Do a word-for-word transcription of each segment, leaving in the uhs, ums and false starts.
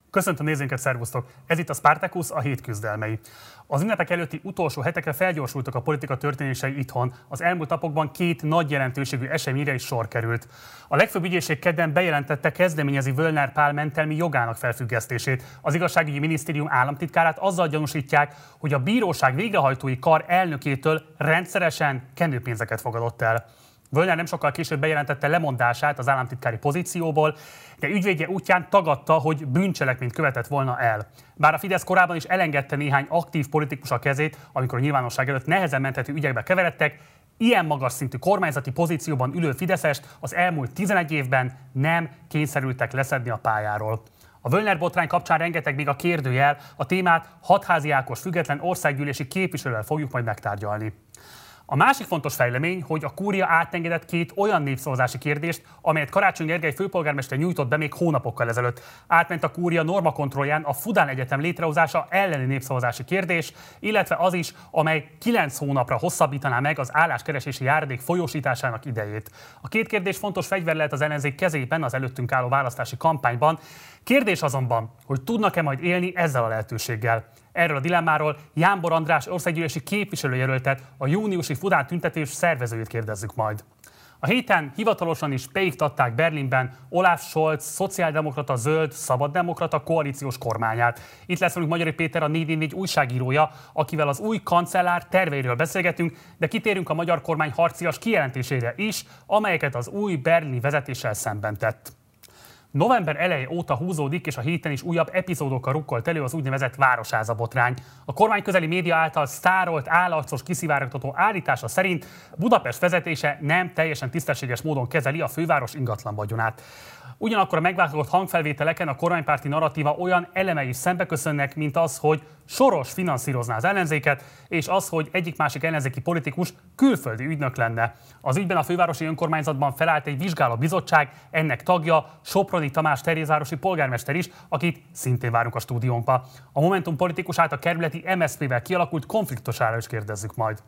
Köszöntöm nézőinket, szervusztok! Ez itt a Spartacus, a hét küzdelmei. Az ünnepek előtti utolsó hetekre felgyorsultak a politika történései itthon. Az elmúlt napokban két nagy jelentőségű eseményre is sor került. A legfőbb ügyészség kedden bejelentette, kezdeményezi Völner Pál mentelmi jogának felfüggesztését. Az igazságügyi minisztérium államtitkárát azzal gyanúsítják, hogy a bíróság végrehajtói kar elnökétől rendszeresen kenőpénzeket fogadott el. Völner nem sokkal később bejelentette lemondását az államtitkári pozícióból, de ügyvédje útján tagadta, hogy bűncselekményt követett volna el. Bár a Fidesz korábban is elengedte néhány aktív politikus a kezét, amikor a nyilvánosság előtt nehezen menthető ügyekbe keveredtek, ilyen magas szintű kormányzati pozícióban ülő fideszest az elmúlt tizenegy évben nem kényszerültek leszedni a pályáról. A Völner botrány kapcsán rengeteg még a kérdőjel, a témát Hatházi Ákos független országgyűlési képviselővel fogjuk majd megtárgyalni. A másik fontos fejlemény, hogy a kúria átengedett két olyan népszavazási kérdést, amelyet Karácsony Gergely főpolgármester nyújtott be még hónapokkal ezelőtt. Átment a kúria normakontrollján a Fudán Egyetem létrehozása elleni népszavazási kérdés, illetve az is, amely kilenc hónapra hosszabbítaná meg az álláskeresési járadék folyósításának idejét. A két kérdés fontos fegyver lehet az ellenzék kezében az előttünk álló választási kampányban. Kérdés azonban, hogy tudnak-e majd élni ezzel a lehetőséggel. Erről a dilemmáról Jámbor András országgyűlési képviselőjelöltet, a júniusi Fudán tüntetés szervezőjét kérdezzük majd. A héten hivatalosan is beiktatták Berlinben Olaf Scholz szociáldemokrata, zöld, szabaddemokrata koalíciós kormányát. Itt lesz velünk Magyari Péter, a négy négy négy újságírója, akivel az új kancellár terveiről beszélgetünk, de kitérünk a magyar kormány harcias kijelentésére is, amelyeket az új berlini vezetéssel szemben tett. November eleje óta húzódik, és a héten is újabb epizódokkal rukkolt elő az úgynevezett városháza botrány. A kormány közeli média által sztárolt, állarcos, kiszivárogtató állítása szerint Budapest vezetése nem teljesen tisztességes módon kezeli a főváros ingatlan vagyonát. Ugyanakkor a megvágott hangfelvételeken a kormánypárti narratíva olyan elemei is szembeköszönnek, mint az, hogy Soros finanszírozná az ellenzéket, és az, hogy egyik-másik ellenzéki politikus külföldi ügynök lenne. Az ügyben a fővárosi önkormányzatban felállt egy vizsgálóbizottság, ennek tagja Soproni Tamás terézvárosi polgármester is, akit szintén várunk a stúdiónkba. A Momentum politikusát a kerületi em es zé pé-vel kialakult konfliktusára is kérdezzük majd.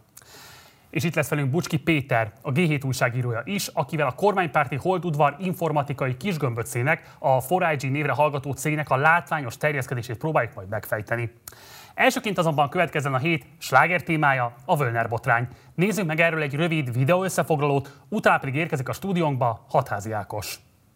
És itt lesz velünk Bucski Péter, a gé hét újságírója is, akivel a kormánypárti Holdudvar informatikai kisgömböcének, a négy i gé névre hallgató cégnek a látványos terjeszkedését próbáljuk majd megfejteni. Elsőként azonban következzen a hét sláger témája, a Völner botrány. Nézzünk meg erről egy rövid videó összefoglalót, utána pedig érkezik a stúdiónkba Hatházi Ákos.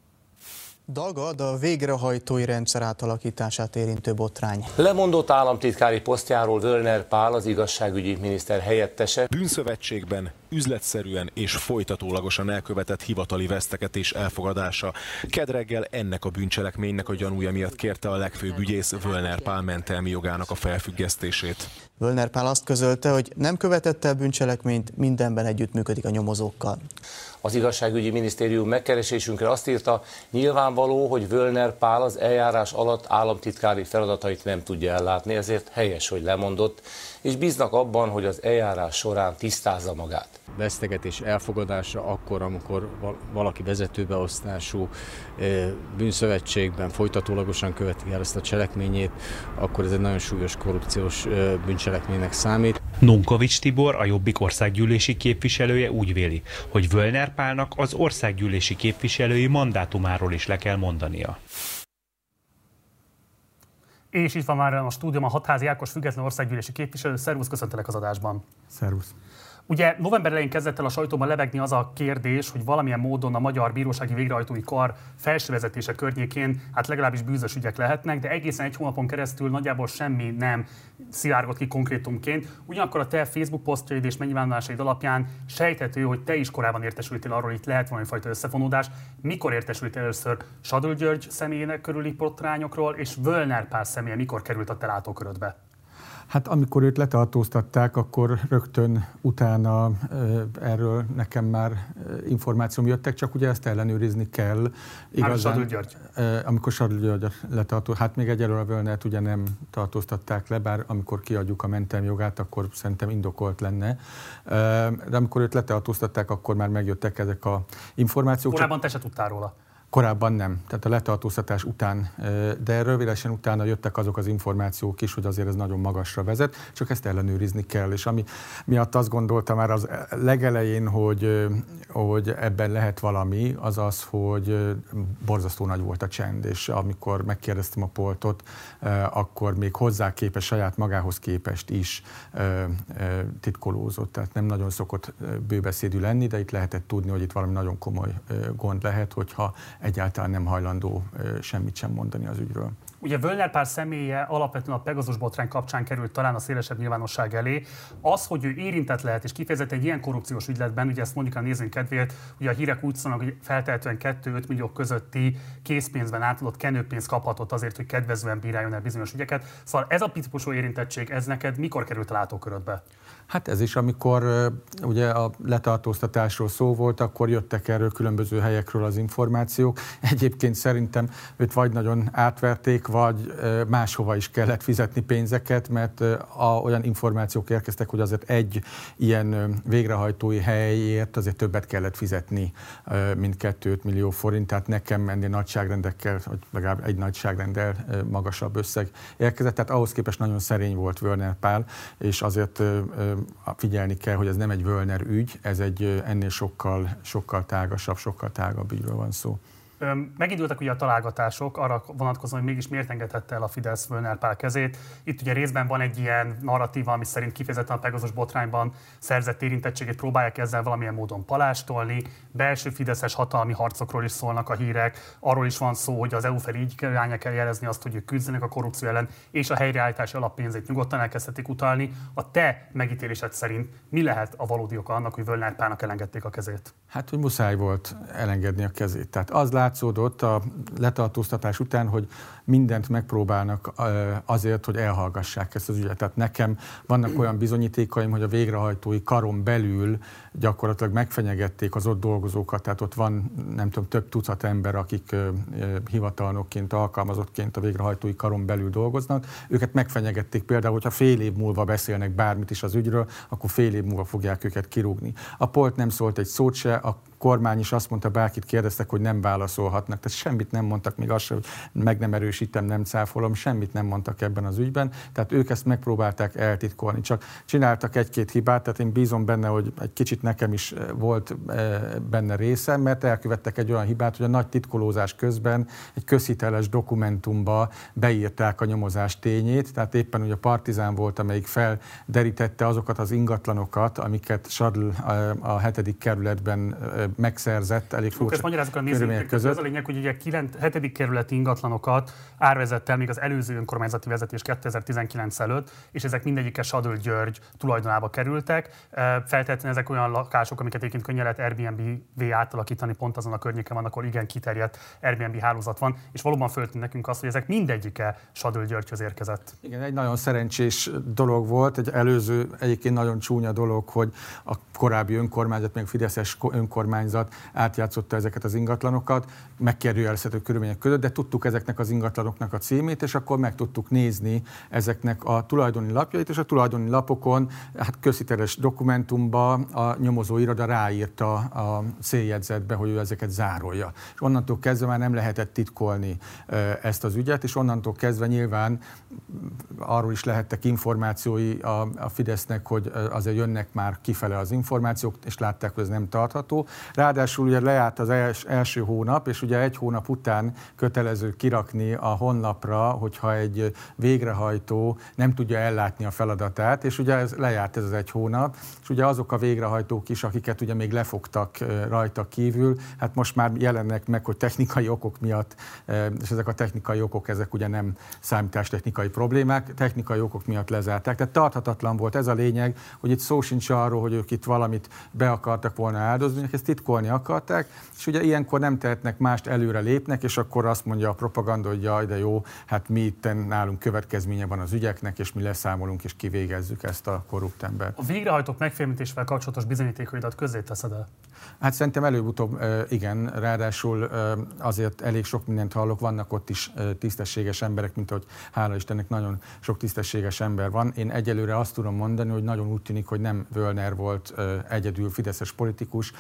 Dagad a végrehajtói rendszer átalakítását érintő botrány. Lemondott államtitkári posztjáról Völner Pál, az igazságügyi miniszter helyettese. Bűnszövetségben üzletszerűen és folytatólagosan elkövetett hivatali vesztegetés elfogadása. Kedd reggel ennek a bűncselekménynek a gyanúja miatt kérte a legfőbb ügyész Völner Pál mentelmi jogának a felfüggesztését. Völner Pál azt közölte, hogy nem követett el bűncselekményt, mindenben együttműködik a nyomozókkal. Az igazságügyi minisztérium megkeresésünkre azt írta, nyilvánvaló, hogy Völner Pál az eljárás alatt államtitkári feladatait nem tudja ellátni, ezért helyes, hogy lemondott, és bíznak abban, hogy az eljárás során tisztázza magát. Vesztegetés elfogadása akkor, amikor valaki vezetőbeosztású bűnszövetségben folytatólagosan követi el ezt a cselekményét, akkor ez egy nagyon súlyos korrupciós bűncselekménynek számít. Nonkovics Tibor, a Jobbik országgyűlési képviselője úgy véli, hogy Völner Pálnak az országgyűlési képviselői mandátumáról is le kell mondania. És itt van már a stúdióban Hatházi Ákos független országgyűlési képviselő. Szervusz, köszöntelek az adásban. Szervusz. Ugye november elején kezdett el a sajtóban lebegni az a kérdés, hogy valamilyen módon a magyar bírósági végrehajtói kar felsővezetése környékén hát legalábbis bűnös ügyek lehetnek, de egészen egy hónapon keresztül nagyjából semmi nem szivárgott ki konkrétumként. Ugyanakkor a te Facebook posztjaid és megnyilvánulásaid alapján sejthető, hogy te is korábban értesültél arról, hogy itt lehet valamifajta összefonódás. Mikor értesültél először Sadl György személyének körüli botrányokról, és Völner Pál személye mikor került a te látókörödbe? Hát amikor őt letartóztatták, akkor rögtön utána erről nekem már információm jöttek, csak ugye ezt ellenőrizni kell. Igazán, Sadl György. Amikor Sadl György letartóztatták, hát még egyelőre a Völnert ugye nem tartóztatták le, bár amikor kiadjuk a mentelmi jogát, akkor szerintem indokolt lenne. De amikor őt letartóztatták, akkor már megjöttek ezek a információk. Korábban te se tudtál róla? Korábban nem, tehát a letartóztatás után, de rövidesen utána jöttek azok az információk is, hogy azért ez nagyon magasra vezet, csak ezt ellenőrizni kell. És ami miatt azt gondoltam már az legelején, hogy, hogy ebben lehet valami, az az, hogy borzasztó nagy volt a csend, és amikor megkérdeztem a Poltot, akkor még hozzá képest, saját magához képest is titkolózott. Tehát nem nagyon szokott bőbeszédű lenni, de itt lehetett tudni, hogy itt valami nagyon komoly gond lehet, hogyha egyáltalán nem hajlandó semmit sem mondani az ügyről. Ugye Völner Pál személye alapvetően a Pegasus botrány kapcsán került talán a szélesebb nyilvánosság elé. Az, hogy ő érintett lehet, és kifejezetten egy ilyen korrupciós ügyletben, ugye ezt mondjuk a nézőink kedvéért, ugye a hírek úgy szólnak, hogy feltehetően kettő-öt millió közötti készpénzben átadott kenőpénzt kaphatott azért, hogy kedvezően bíráljon el bizonyos ügyeket. Szóval ez a típusú érintettség, ez neked mikor került a látókörödbe? Hát ez is, amikor uh, ugye a letartóztatásról szó volt, akkor jöttek erről különböző helyekről az információk. Egyébként szerintem őt vagy nagyon átverték, vagy uh, máshova is kellett fizetni pénzeket, mert uh, a, olyan információk érkeztek, hogy azért egy ilyen uh, végrehajtói helyért azért többet kellett fizetni, uh, mint kettő millió forint, tehát nekem ennél nagyságrendekkel, vagy legalább egy nagyságrenddel uh, magasabb összeg érkezett. Tehát ahhoz képest nagyon szerény volt Völner Pál, és azért uh, figyelni kell, hogy ez nem egy Völner ügy, ez egy ennél sokkal, sokkal tágasabb, sokkal tágabb ügyről van szó. Megindultak ugye a találgatások arra vonatkozóan, hogy mégis miért engedhette el a Fidesz Völner Pál kezét. Itt ugye részben van egy ilyen narratíva, ami szerint kifejezetten a Pegasus botrányban szerzett érintettségét próbálják ezzel valamilyen módon palástolni. Belső fideszes hatalmi harcokról is szólnak a hírek. Arról is van szó, hogy az é u felé így irányá kell jelezni azt, hogy ők küzdenek a korrupció ellen, és a helyreállítási alappénzét nyugodtan elkezdhetik utalni. A te megítélésed szerint mi lehet a valódi oka annak, hogy Völner Pálnak elengedték a kezét? Hát, hogy muszáj volt elengedni a kezét. Tehát az látszódott a letartóztatás után, hogy mindent megpróbálnak azért, hogy elhallgassák ezt az ügyet. Tehát nekem vannak olyan bizonyítékaim, hogy a végrehajtói karon belül gyakorlatilag megfenyegették az ott dolgozókat, tehát ott van, nem tudom, több tucat ember, akik hivatalnokként, alkalmazottként a végrehajtói karon belül dolgoznak. Őket megfenyegették például, hogyha fél év múlva beszélnek bármit is az ügyről, akkor fél év múlva fogják őket kirúgni. A Polt nem szólt egy szót se, a kormány is azt mondta, bárkit kérdeztek, hogy nem válaszolhatnak. Tehát semmit nem mondtak, még azt sem, hogy meg nem erősítem, nem cáfolom, semmit nem mondtak ebben az ügyben. Tehát ők ezt megpróbálták eltitkolni. Csak csináltak egy-két hibát, tehát én bízom benne, hogy egy kicsit nekem is volt benne részem, mert elkövettek egy olyan hibát, hogy a nagy titkolózás közben egy közhiteles dokumentumba beírták a nyomozás tényét. Tehát éppen ugye a Partizán volt, amelyik felderítette azokat az ingatlanokat, amiket Sadl a hetedik kerületben megszerzett elég furcsa körülmények között. Az a lényeg, hogy ugye a hetedik kerületi ingatlanokat árvezett el még az előző önkormányzati vezetés kétezer-tizenkilenc előtt, és ezek mindegyike Sadl György tulajdonába kerültek. Feltétlenül ezek olyan lakások, amiket egyébként könnyen lehet Airbnb-vé átalakítani, pont azon a környéken van, akkor igen kiterjedt Airbnb hálózat van, és valóban föltűnt nekünk az, hogy ezek mindegyike Sadl Györgyhöz érkezett. Igen, egy nagyon szerencsés dolog volt, egy előző, egyébként nagyon csúnya dolog, hogy a korábbi önkormányzat, meg fideszes önkormányzat átjátszotta ezeket az ingatlanokat, megkérdőjelezhető körülmények között, de tudtuk ezeknek az ingatlanoknak a címét, és akkor meg tudtuk nézni ezeknek a tulajdoni lapjait, és a tulajdoni lapokon, hát közhiteles dokumentumba a nyomozó iroda ráírta a széljegyzetbe, hogy ő ezeket zárolja. És onnantól kezdve már nem lehetett titkolni ezt az ügyet, és onnantól kezdve nyilván arról is lehettek információi a, a Fidesznek, hogy azért jönnek már kifele az információk, és látták, hogy ez nem tartható. Ráadásul ugye lejárt az els, első hónap, és ugye egy hónap után kötelező kirakni a honlapra, hogyha egy végrehajtó nem tudja ellátni a feladatát, és ugye ez lejárt ez az egy hónap, és ugye azok a végrehajtók is, akiket ugye még lefogtak rajta kívül, hát most már jelennek meg, hogy technikai okok miatt, és ezek a technikai okok, ezek ugye nem számítástechnikai problémák, technikai okok miatt lezárták. Tehát tarthatatlan volt ez a lényeg, hogy itt szó sincs arról, hogy ők itt valamit be akartak volna áldozni, ezt titkolni akarták, és ugye ilyenkor nem tehetnek mást, előre lépnek, és akkor azt mondja a propaganda, hogy jaj, de jó, hát mi itt nálunk következménye van az ügyeknek, és mi leszámolunk, és kivégezzük ezt a korrupt embert. A végrehajtók megfélemlítésével kapcsolatos bizonyítékaidat közzé teszed el? Hát szerintem előbb-utóbb igen, ráadásul azért elég sok mindent hallok, vannak ott is tisztességes emberek, mint ahogy hála Istennek nagyon sok tisztességes ember van. Én egyelőre azt tudom mondani, hogy nagyon úgy tűnik, hogy nem Völner volt egyedül fideszes politikus,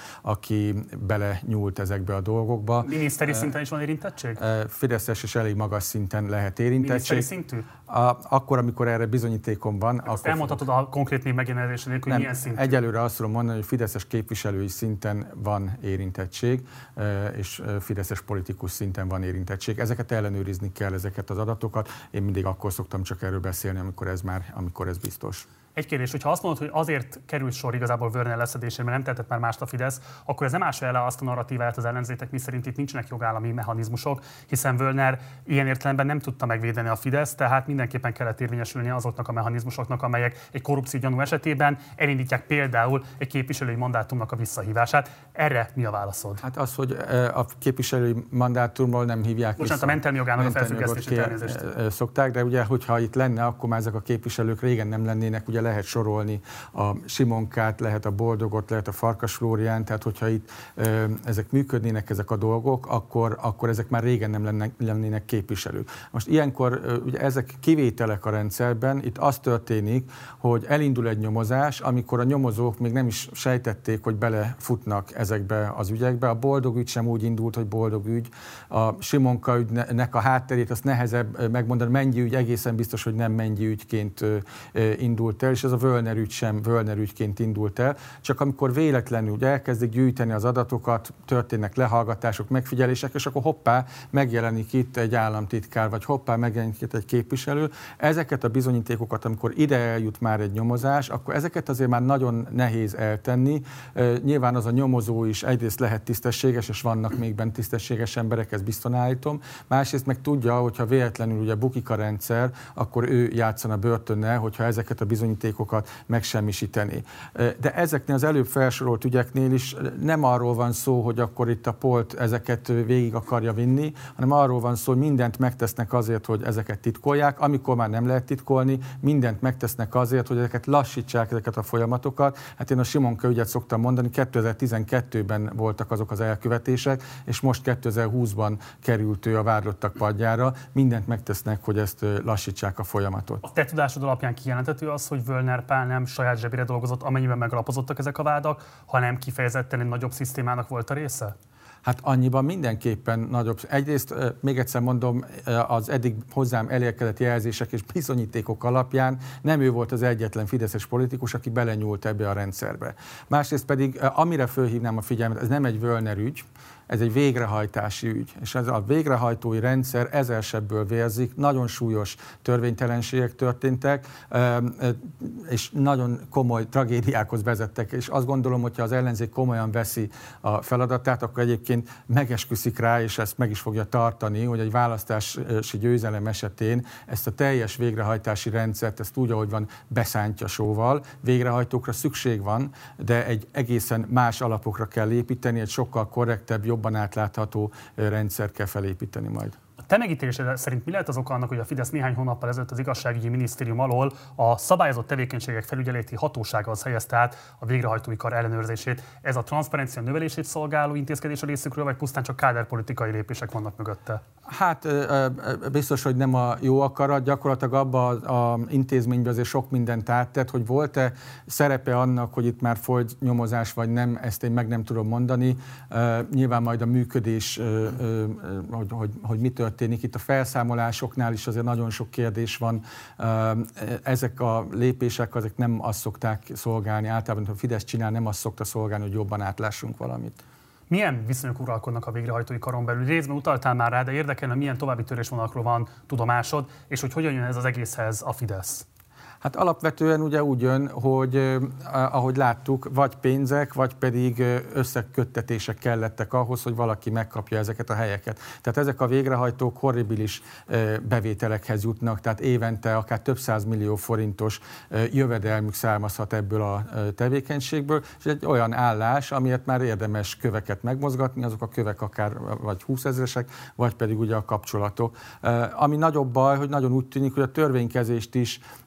aki bele nyúlt ezekbe a dolgokba. Miniszteri szinten is van érintettség? Fideszes és elég magas szinten lehet érintettség. Miniszteri szintű? A, akkor, amikor erre bizonyítékom van. Hát akkor elmondhatod a konkrét név megjelenedése nélkül, hogy milyen szintű? Egyelőre azt tudom mondani, hogy fideszes képviselői szinten van érintettség, és fideszes politikus szinten van érintettség. Ezeket ellenőrizni kell, ezeket az adatokat. Én mindig akkor szoktam csak erről beszélni, amikor ez már, amikor ez biztos. Egy kérdés, hogyha azt mondod, hogy azért került sor igazából Wörner leszedésére, mert nem tehetett már mást a Fidesz, akkor ez nem ássa el azt a narratívát az ellenzéknek, miszerint itt nincsenek jogállami mechanizmusok, hiszen Wörner ilyen értelemben nem tudta megvédeni a Fidesz, tehát mindenképpen kellett érvényesülni azoknak a mechanizmusoknak, amelyek egy korrupció gyanú esetében elindítják például egy képviselői mandátumnak a visszahívását. Erre mi a válaszod? Hát az, hogy a képviselői mandátumról nem hívják Bocsánat, vissza. a mentelmi jogának a felfüggesztését elnézést. Szokták, de ugye, hogyha itt lenne, akkor már ezek a képviselők régen nem lennének, ugye lehet sorolni a Simonkát, lehet a Boldogot, lehet a Farkas Flórián, tehát hogyha itt ö, ezek működnének, ezek a dolgok, akkor, akkor ezek már régen nem lennek, lennének képviselők. Most ilyenkor ö, ugye ezek kivételek a rendszerben, itt az történik, hogy elindul egy nyomozás, amikor a nyomozók még nem is sejtették, hogy belefutnak ezekbe az ügyekbe. A Boldog ügy sem úgy indult, hogy Boldog ügy. A Simonka ügynek a hátterét azt nehezebb megmondani, Mennyi ügy egészen biztos, hogy nem Mennyi ügyként ö, ö, indult el, és ez a Wörner ügy sem Wörner ügyként indult el, csak amikor véletlenül elkezdik gyűjteni az adatokat, történnek lehallgatások, megfigyelések, és akkor hoppá, megjelenik itt egy államtitkár, vagy hoppá, megjelenik itt egy képviselő. Ezeket a bizonyítékokat, amikor ide eljut már egy nyomozás, akkor ezeket azért már nagyon nehéz eltenni. Nyilván az a nyomozó is egyrészt lehet tisztességes, és vannak még benne tisztességes emberek, ezt biztosan állítom. Másrészt meg tudja, hogyha véletlenül ugye bukik a rendszer, akkor ő játszana börtönnel, hogyha ezeket a bizonyítékokat megsemmisíteni. De ezeknél az előbb felsorolt ügyeknél is nem arról van szó, hogy akkor itt a Polt ezeket végig akarja vinni, hanem arról van szó, hogy mindent megtesznek azért, hogy ezeket titkolják, amikor már nem lehet titkolni, mindent megtesznek azért, hogy ezeket lassítsák, ezeket a folyamatokat. Hát én a Simonka ügyet szoktam mondani, kétezer-tizenkettőben voltak azok az elkövetések, és most kétezer-húszban került ő a vádlottak padjára. Mindent megtesznek, hogy ezt lassítsák a folyamatot. A te tudásod alapján kijelenthető az, hogy Wörner Pál nem saját zsebére dolgozott, amennyiben megalapozottak ezek a vádak, hanem kifejezetten egy nagyobb szisztémának volt a része? Hát annyiban mindenképpen nagyobb. Egyrészt, még egyszer mondom, az eddig hozzám elérkezett jelzések és bizonyítékok alapján nem ő volt az egyetlen fideszes politikus, aki belenyúlt ebbe a rendszerbe. Másrészt pedig, amire fölhívnám a figyelmet, ez nem egy Wörner ügy, ez egy végrehajtási ügy, és ez a végrehajtói rendszer ezer-sebből vérzik, nagyon súlyos törvénytelenségek történtek, és nagyon komoly tragédiákhoz vezettek, és azt gondolom, hogyha az ellenzék komolyan veszi a feladatát, akkor egyébként megesküszik rá, és ezt meg is fogja tartani, hogy egy választási győzelem esetén ezt a teljes végrehajtási rendszert, ezt úgy, ahogy van, beszántja sóval. Végrehajtókra szükség van, de egy egészen más alapokra kell építeni, egy sokkal korrektebb, jobban átlátható rendszert kell felépíteni majd. A te megítélésed szerint mi lehet az oka annak, hogy a Fidesz néhány hónappal ezelőtt az igazságügyi minisztérium alól a szabályozott tevékenységek felügyeleti hatóságához helyezte át a végrehajtói kar ellenőrzését? Ez a transzparencia növelését szolgáló intézkedés a részükről, vagy pusztán csak káderpolitikai lépések vannak mögötte? Hát biztos, hogy nem a jó akarat. Gyakorlatilag abban az intézményben azért sok mindent áttett, hogy volt-e szerepe annak, hogy itt már folyt nyomozás, vagy nem, ezt én meg nem tudom mondani. Nyilván majd a működés, hogy, hogy, hogy mi történik. Itt a felszámolásoknál is azért nagyon sok kérdés van. Ezek a lépések, ezek nem azt szokták szolgálni. Általában, ha a Fidesz csinál, nem azt szokta szolgálni, hogy jobban átlássunk valamit. Milyen viszonyok uralkodnak a végrehajtói karon belül? Részben utaltál már rá, de érdekelne, milyen további törésvonalakról van tudomásod, és hogy hogyan jön ez az egészhez a Fidesz? Hát alapvetően ugye úgy jön, hogy eh, ahogy láttuk, vagy pénzek, vagy pedig összeköttetések kellettek ahhoz, hogy valaki megkapja ezeket a helyeket. Tehát ezek a végrehajtók horribilis eh, bevételekhez jutnak, tehát évente akár több száz millió forintos eh, jövedelmük származhat ebből a eh, tevékenységből, és egy olyan állás, amiért már érdemes köveket megmozgatni, azok a kövek akár vagy húszezresek, vagy pedig ugye a kapcsolatok. Eh, ami nagyobb baj, hogy nagyon úgy tűnik, hogy a törvénykezést is eh,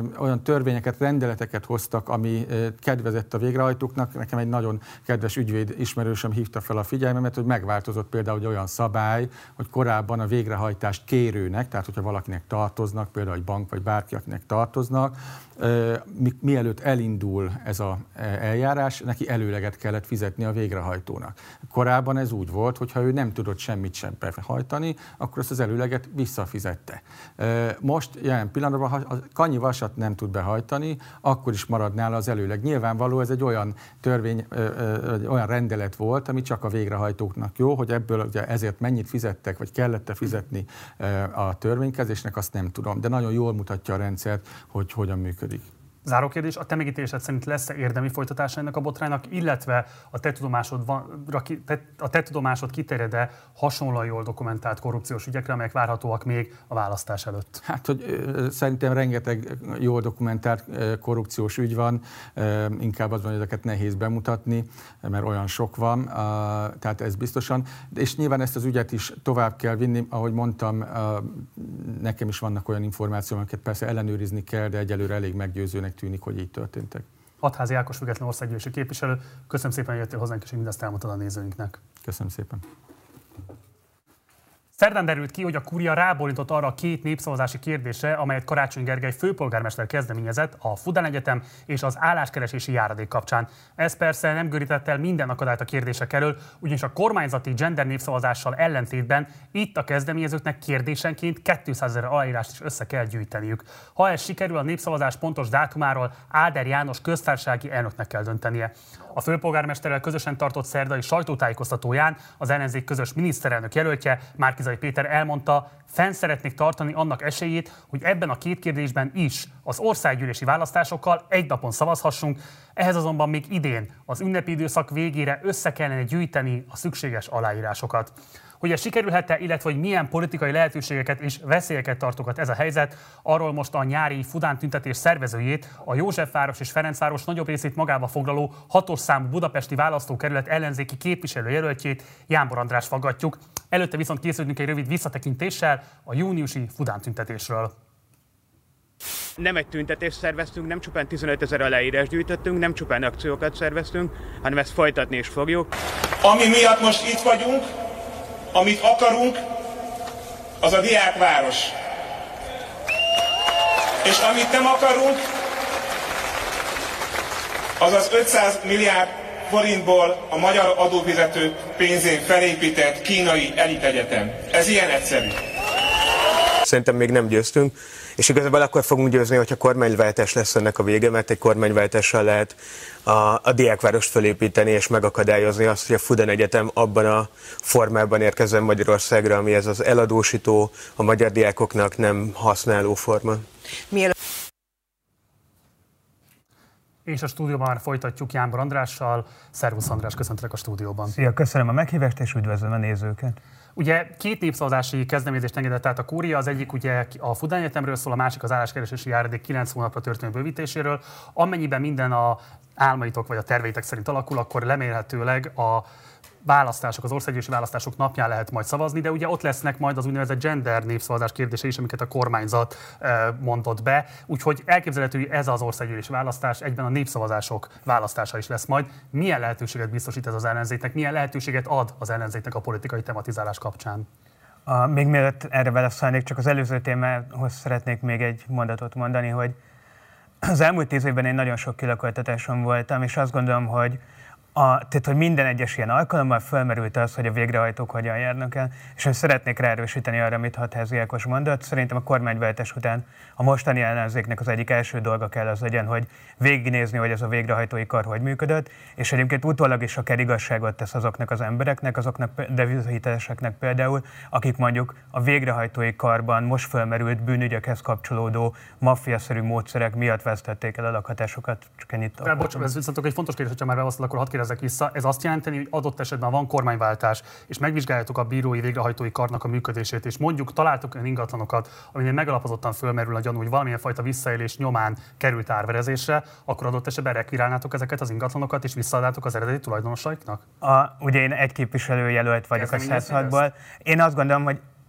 olyan törvényeket, rendeleteket hoztak, ami kedvezett a végrehajtóknak. Nekem egy nagyon kedves ügyvéd ismerősöm hívta fel a figyelmemet, hogy megváltozott például egy olyan szabály, hogy korábban a végrehajtást kérőnek, tehát hogyha valakinek tartoznak, például egy bank vagy bárki, akinek tartoznak, mi, mielőtt elindul ez az eljárás, neki előleget kellett fizetni a végrehajtónak. Korábban ez úgy volt, hogy ha ő nem tudott semmit sem behajtani, akkor azt az előleget visszafizette. Most jelen pillanatban, ha a Kanyi Vasat nem tud behajtani, akkor is marad nála az előleg. Nyilvánvaló, ez egy olyan törvény, olyan rendelet volt, ami csak a végrehajtóknak jó, hogy ebből ugye ezért mennyit fizettek, vagy kellett fizetni a törvénykezésnek, azt nem tudom. De nagyon jól mutatja a rendszert, hogy hogyan működik. Záró kérdés, a te megítélésed szerint lesz-e érdemi folytatása ennek a botránynak, illetve a te tudomásod, van, a te tudomásod kiterjed-e hasonlóan jól dokumentált korrupciós ügyekre, amelyek várhatóak még a választás előtt? Hát, hogy szerintem rengeteg jól dokumentált korrupciós ügy van, inkább az van, hogy ezeket nehéz bemutatni, mert olyan sok van, tehát ez biztosan. És nyilván ezt az ügyet is tovább kell vinni, ahogy mondtam, nekem is vannak olyan információk, amiket persze ellenőrizni kell, de egyelőre elég meggyőzőnek tűnik, hogy így történtek. Hatházi Ákos, független országgyűlési képviselő, köszönöm szépen, hogy jöttél hozzánk, és mindezt elmondtad a nézőinknek. Köszönöm szépen. Szerdán derült ki, hogy a Kúria rábólintott arra a két népszavazási kérdésre, amelyet Karácsony Gergely főpolgármester kezdeményezett a Fudán Egyetem és az álláskeresési járadék kapcsán. Ez persze nem görített el minden akadályt a kérdések elől, ugyanis a kormányzati gender népszavazással ellentétben itt a kezdeményezőknek kérdésenként kétszázezer aláírást is össze kell gyűjteniük. Ha ez sikerül, a népszavazás pontos dátumáról Áder János köztársasági elnöknek kell döntenie. A főpolgármesterrel közösen tartott szerdai sajtótájékoztatóján az ellenzék közös miniszterelnök jelöltje, Márki-Zay Péter elmondta, fenn szeretnék tartani annak esélyét, hogy ebben a két kérdésben is az országgyűlési választásokkal egy napon szavazhassunk, ehhez azonban még idén, az ünnepi időszak végére össze kellene gyűjteni a szükséges aláírásokat. Hogy ez sikerülhet-e, illetve hogy milyen politikai lehetőségeket és veszélyeket tartogat ez a helyzet, arról most a nyári Fudán tüntetés szervezőjét, a Józsefváros és Ferencváros nagyobb részét magába foglaló hatos számú budapesti választókerület ellenzéki képviselőjelöltjét, Jámbor Andrást faggatjuk. Előtte viszont készülünk egy rövid visszatekintéssel a júniusi Fudán tüntetésről. Nem egy tüntetést szerveztünk, nem csupán tizenötezer aláírás gyűjtöttünk, nem csupán akciókat szerveztünk, hanem ezt folytatni is fogjuk. Ami miatt most itt vagyunk, amit akarunk, az a diákváros. És amit nem akarunk, az az ötszáz milliárd forintból a magyar adófizetők pénzén felépített kínai elitegyetem. Ez ilyen egyszerű. Szerintem még nem győztünk, és igazából akkor fogunk győzni, hogyha kormányváltás lesz ennek a vége, mert egy kormányváltással lehet a, a diákvárost felépíteni és megakadályozni azt, hogy a Fudán Egyetem abban a formában érkezzen Magyarországra, ami ez az eladósító, a magyar diákoknak nem használó forma. Mielőtt És a stúdióban már folytatjuk Jámbor Andrással. Szervusz András, köszöntelek a stúdióban. Szia, köszönöm a meghívást és üdvözlöm a nézőket. Ugye két népszavazási kezdeményezést engedett át a Kúria, az egyik ugye a Fudán Egyetemről szól, a másik az álláskeresési járadék kilenc hónapra történő bővítéséről. Amennyiben minden a álmaitok vagy a terveitek szerint alakul, akkor remélhetőleg a választások, az országgyűlési választások napján lehet majd szavazni, de ugye ott lesznek majd az úgynevezett gender népszavazás kérdése is, amiket a kormányzat mondott be. Úgyhogy elképzelhető, hogy ez az országgyűlési választás egyben a népszavazások választása is lesz majd. Milyen lehetőséget biztosít ez az ellenzéknek, milyen lehetőséget ad az ellenzéknek a politikai tematizálás kapcsán? A, még mielőtt erre válaszolnék, csak az előző témához szeretnék még egy mondatot mondani, hogy az elmúlt tíz évben én nagyon sok kilakoltatáson voltam, és azt gondolom, hogy A, tehát, hogy minden egyes ilyen alkalommal felmerült az, hogy a végrehajtók hogyan járnak el, és hogy szeretnék ráerősíteni arra, amit Hatházi Ákos mondott. Szerintem a kormányváltás után a mostani ellenzéknek az egyik első dolga kell az legyen, hogy végignézni, hogy ez a végrehajtói kar hogy működött, és egyébként utólag is akár igazságot tesz azoknak az embereknek, azoknak devizahiteleknek például, akik mondjuk a végrehajtói karban most felmerült bűnügyekhez kapcsolódó maffiaszerű módszerek miatt vesztették el a lakhatásokat. Csak ennyit. Bocsánat, ez viszont egy fontos kérdés, hogyha már beválaszol, akkor hadd kérdezzek vissza. Ez azt jelenti, hogy adott esetben van kormányváltás, és megvizsgáljátok a bírói végrehajtói karnak a működését, és mondjuk találtok olyan ingatlanokat, aminél megalapozottan fölmerül a gyanú, hogy valamilyen fajta visszaélés nyomán került árverezésre, akkor adott esetben rekvirálnátok ezeket az ingatlanokat, és visszaadnátok az eredeti tulajdonosaiknak? A, ugye én egy képviselőjelölt vagyok a száz hatból. Én azt gondolom, hogy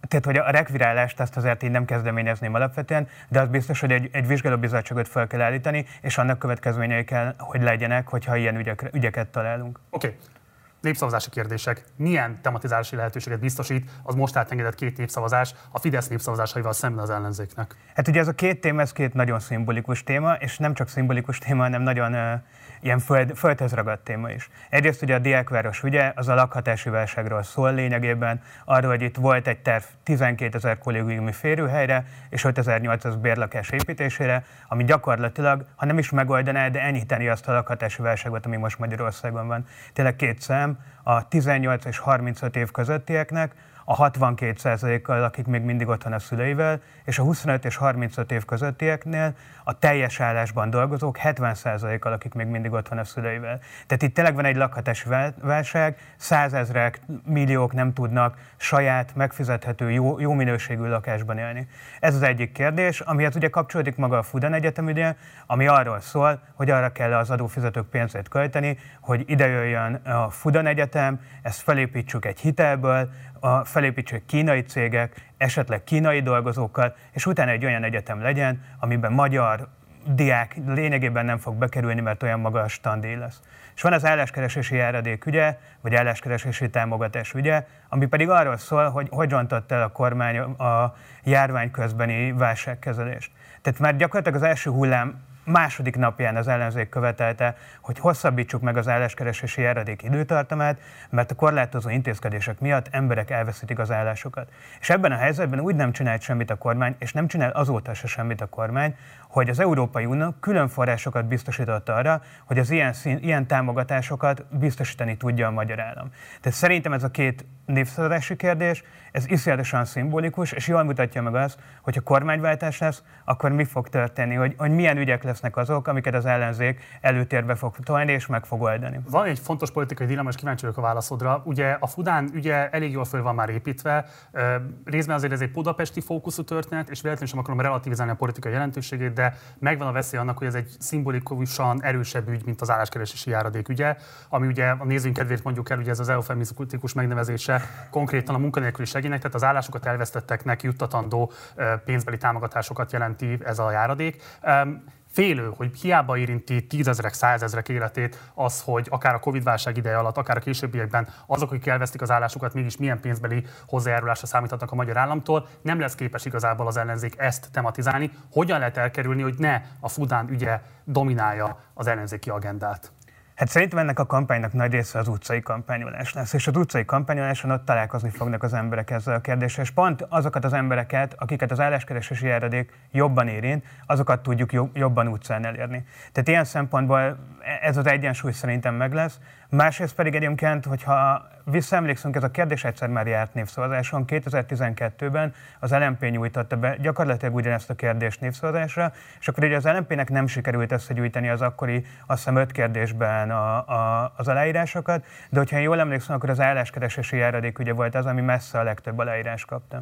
tehát, hogy a rekvirálást azt azért így nem kezdeményezném alapvetően, de az biztos, hogy egy, egy vizsgálóbizottságot fel kell állítani, és annak következményei kell, hogy legyenek, hogyha ilyen ügyek, ügyeket találunk. Oké. Okay. Népszavazási kérdések. Milyen tematizálási lehetőséget biztosít az most átengedett két népszavazás a Fidesz népszavazásaival szemben az ellenzéknek? Hát ugye ez a két téma, ez két nagyon szimbolikus téma, és nem csak szimbolikus téma, hanem nagyon uh, ilyen föld, földhez ragadt téma is. Egyrészt ugye a Diákváros ügye, az a lakhatási válságról szól lényegében, arról, hogy itt volt egy terv tizenkétezer kollégiumi férőhelyre és ötezer-nyolcszáz bérlakás építésére, ami gyakorlatilag, ha nem is megoldaná, de enyhíteni azt a lakhatási válságot, ami most Magyarországon van. Tényleg két szám, a tizennyolc és harmincöt év közöttieknek, a hatvankét százalékkal, akik még mindig otthon a szüleivel, és a huszonöt és harmincöt év közöttieknél a teljes állásban dolgozók hetven százalékkal, akik még mindig otthon a szüleivel. Tehát itt tényleg van egy lakhatási válság, százezrek, milliók nem tudnak saját, megfizethető, jó, jó minőségű lakásban élni. Ez az egyik kérdés, amihez ugye kapcsolódik maga a Fudan Egyetem ügye, ami arról szól, hogy arra kell az adófizetők pénzét költeni, hogy ide jöjjön a Fudan Egyetem, ezt felépítsük egy hitelből, a felépítsük kínai cégek, esetleg kínai dolgozókkal, és utána egy olyan egyetem legyen, amiben magyar diák lényegében nem fog bekerülni, mert olyan magas standdíj lesz. És van az álláskeresési járadék ügye, vagy álláskeresési támogatás ügye, ami pedig arról szól, hogy hogy rontott el a kormány a járvány közbeni válságkezelést. Tehát már gyakorlatilag az első hullám második napján az ellenzék követelte, hogy hosszabbítsuk meg az álláskeresési járadék időtartamát, mert a korlátozó intézkedések miatt emberek elveszítik az állásokat. És ebben a helyzetben úgy nem csinált semmit a kormány, és nem csinál azóta se semmit a kormány, hogy az Európai Unió külön forrásokat biztosított arra, hogy az ilyen, szín, ilyen támogatásokat biztosítani tudja a magyar állam. Tehát szerintem ez a két népszavazási kérdés, ez iszonyatosan szimbolikus, és jól mutatja meg azt, hogy ha kormányváltás lesz, akkor mi fog történni, hogy, hogy milyen ügyek lesznek azok, amiket az ellenzék előtérbe fog tolni és meg fog oldani. Van egy fontos politikai dilemma, és kíváncsi vagyok a válaszodra. Ugye a Fudán ügye elég jól föl van már építve, részben azért ez egy budapesti fókuszú történet, és véletlenül sem akarom relativizálni a politikai jelentőségét, de megvan a veszély annak, hogy ez egy szimbolikusan erősebb ügy, mint az álláskeresési járadék ügye, ami ugye a nézőink kedvéért mondjuk el, ugye ez az eufemisztikus megnevezése konkrétan a munkanélküli segélynek, tehát az állásokat elvesztetteknek juttatandó pénzbeli támogatásokat jelenti ez a járadék. Félő, hogy hiába érinti tízezrek, százezrek életét az, hogy akár a Covid-válság ideje alatt, akár a későbbiekben azok, akik elvesztik az állásukat, mégis milyen pénzbeli hozzájárulásra számíthatnak a magyar államtól, nem lesz képes igazából az ellenzék ezt tematizálni. Hogyan lehet elkerülni, hogy ne a Fudán ügye dominálja az ellenzéki agendát? Hát szerintem ennek a kampánynak nagy része az utcai kampányolás lesz, és az utcai kampányoláson ott találkozni fognak az emberek ezzel a kérdéssel, és pont azokat az embereket, akiket az álláskeresési járadék jobban érint, azokat tudjuk jobban utcán elérni. Tehát ilyen szempontból ez az egyensúly szerintem meg lesz. Másrészt pedig egyébként, hogyha visszaemlékszünk, ez a kérdés egyszer már járt népszavazáson, kétezer-tizenkettőben az el em pé nyújtotta be gyakorlatilag ugyanezt a kérdést népszavazásra, és akkor ugye az el em pének nem sikerült összegyűjteni az akkori, azt hiszem öt kérdésben a, a, az aláírásokat, de hogyha jól emlékszem, akkor az álláskeresési járadék ugye volt az, ami messze a legtöbb aláírás kapta.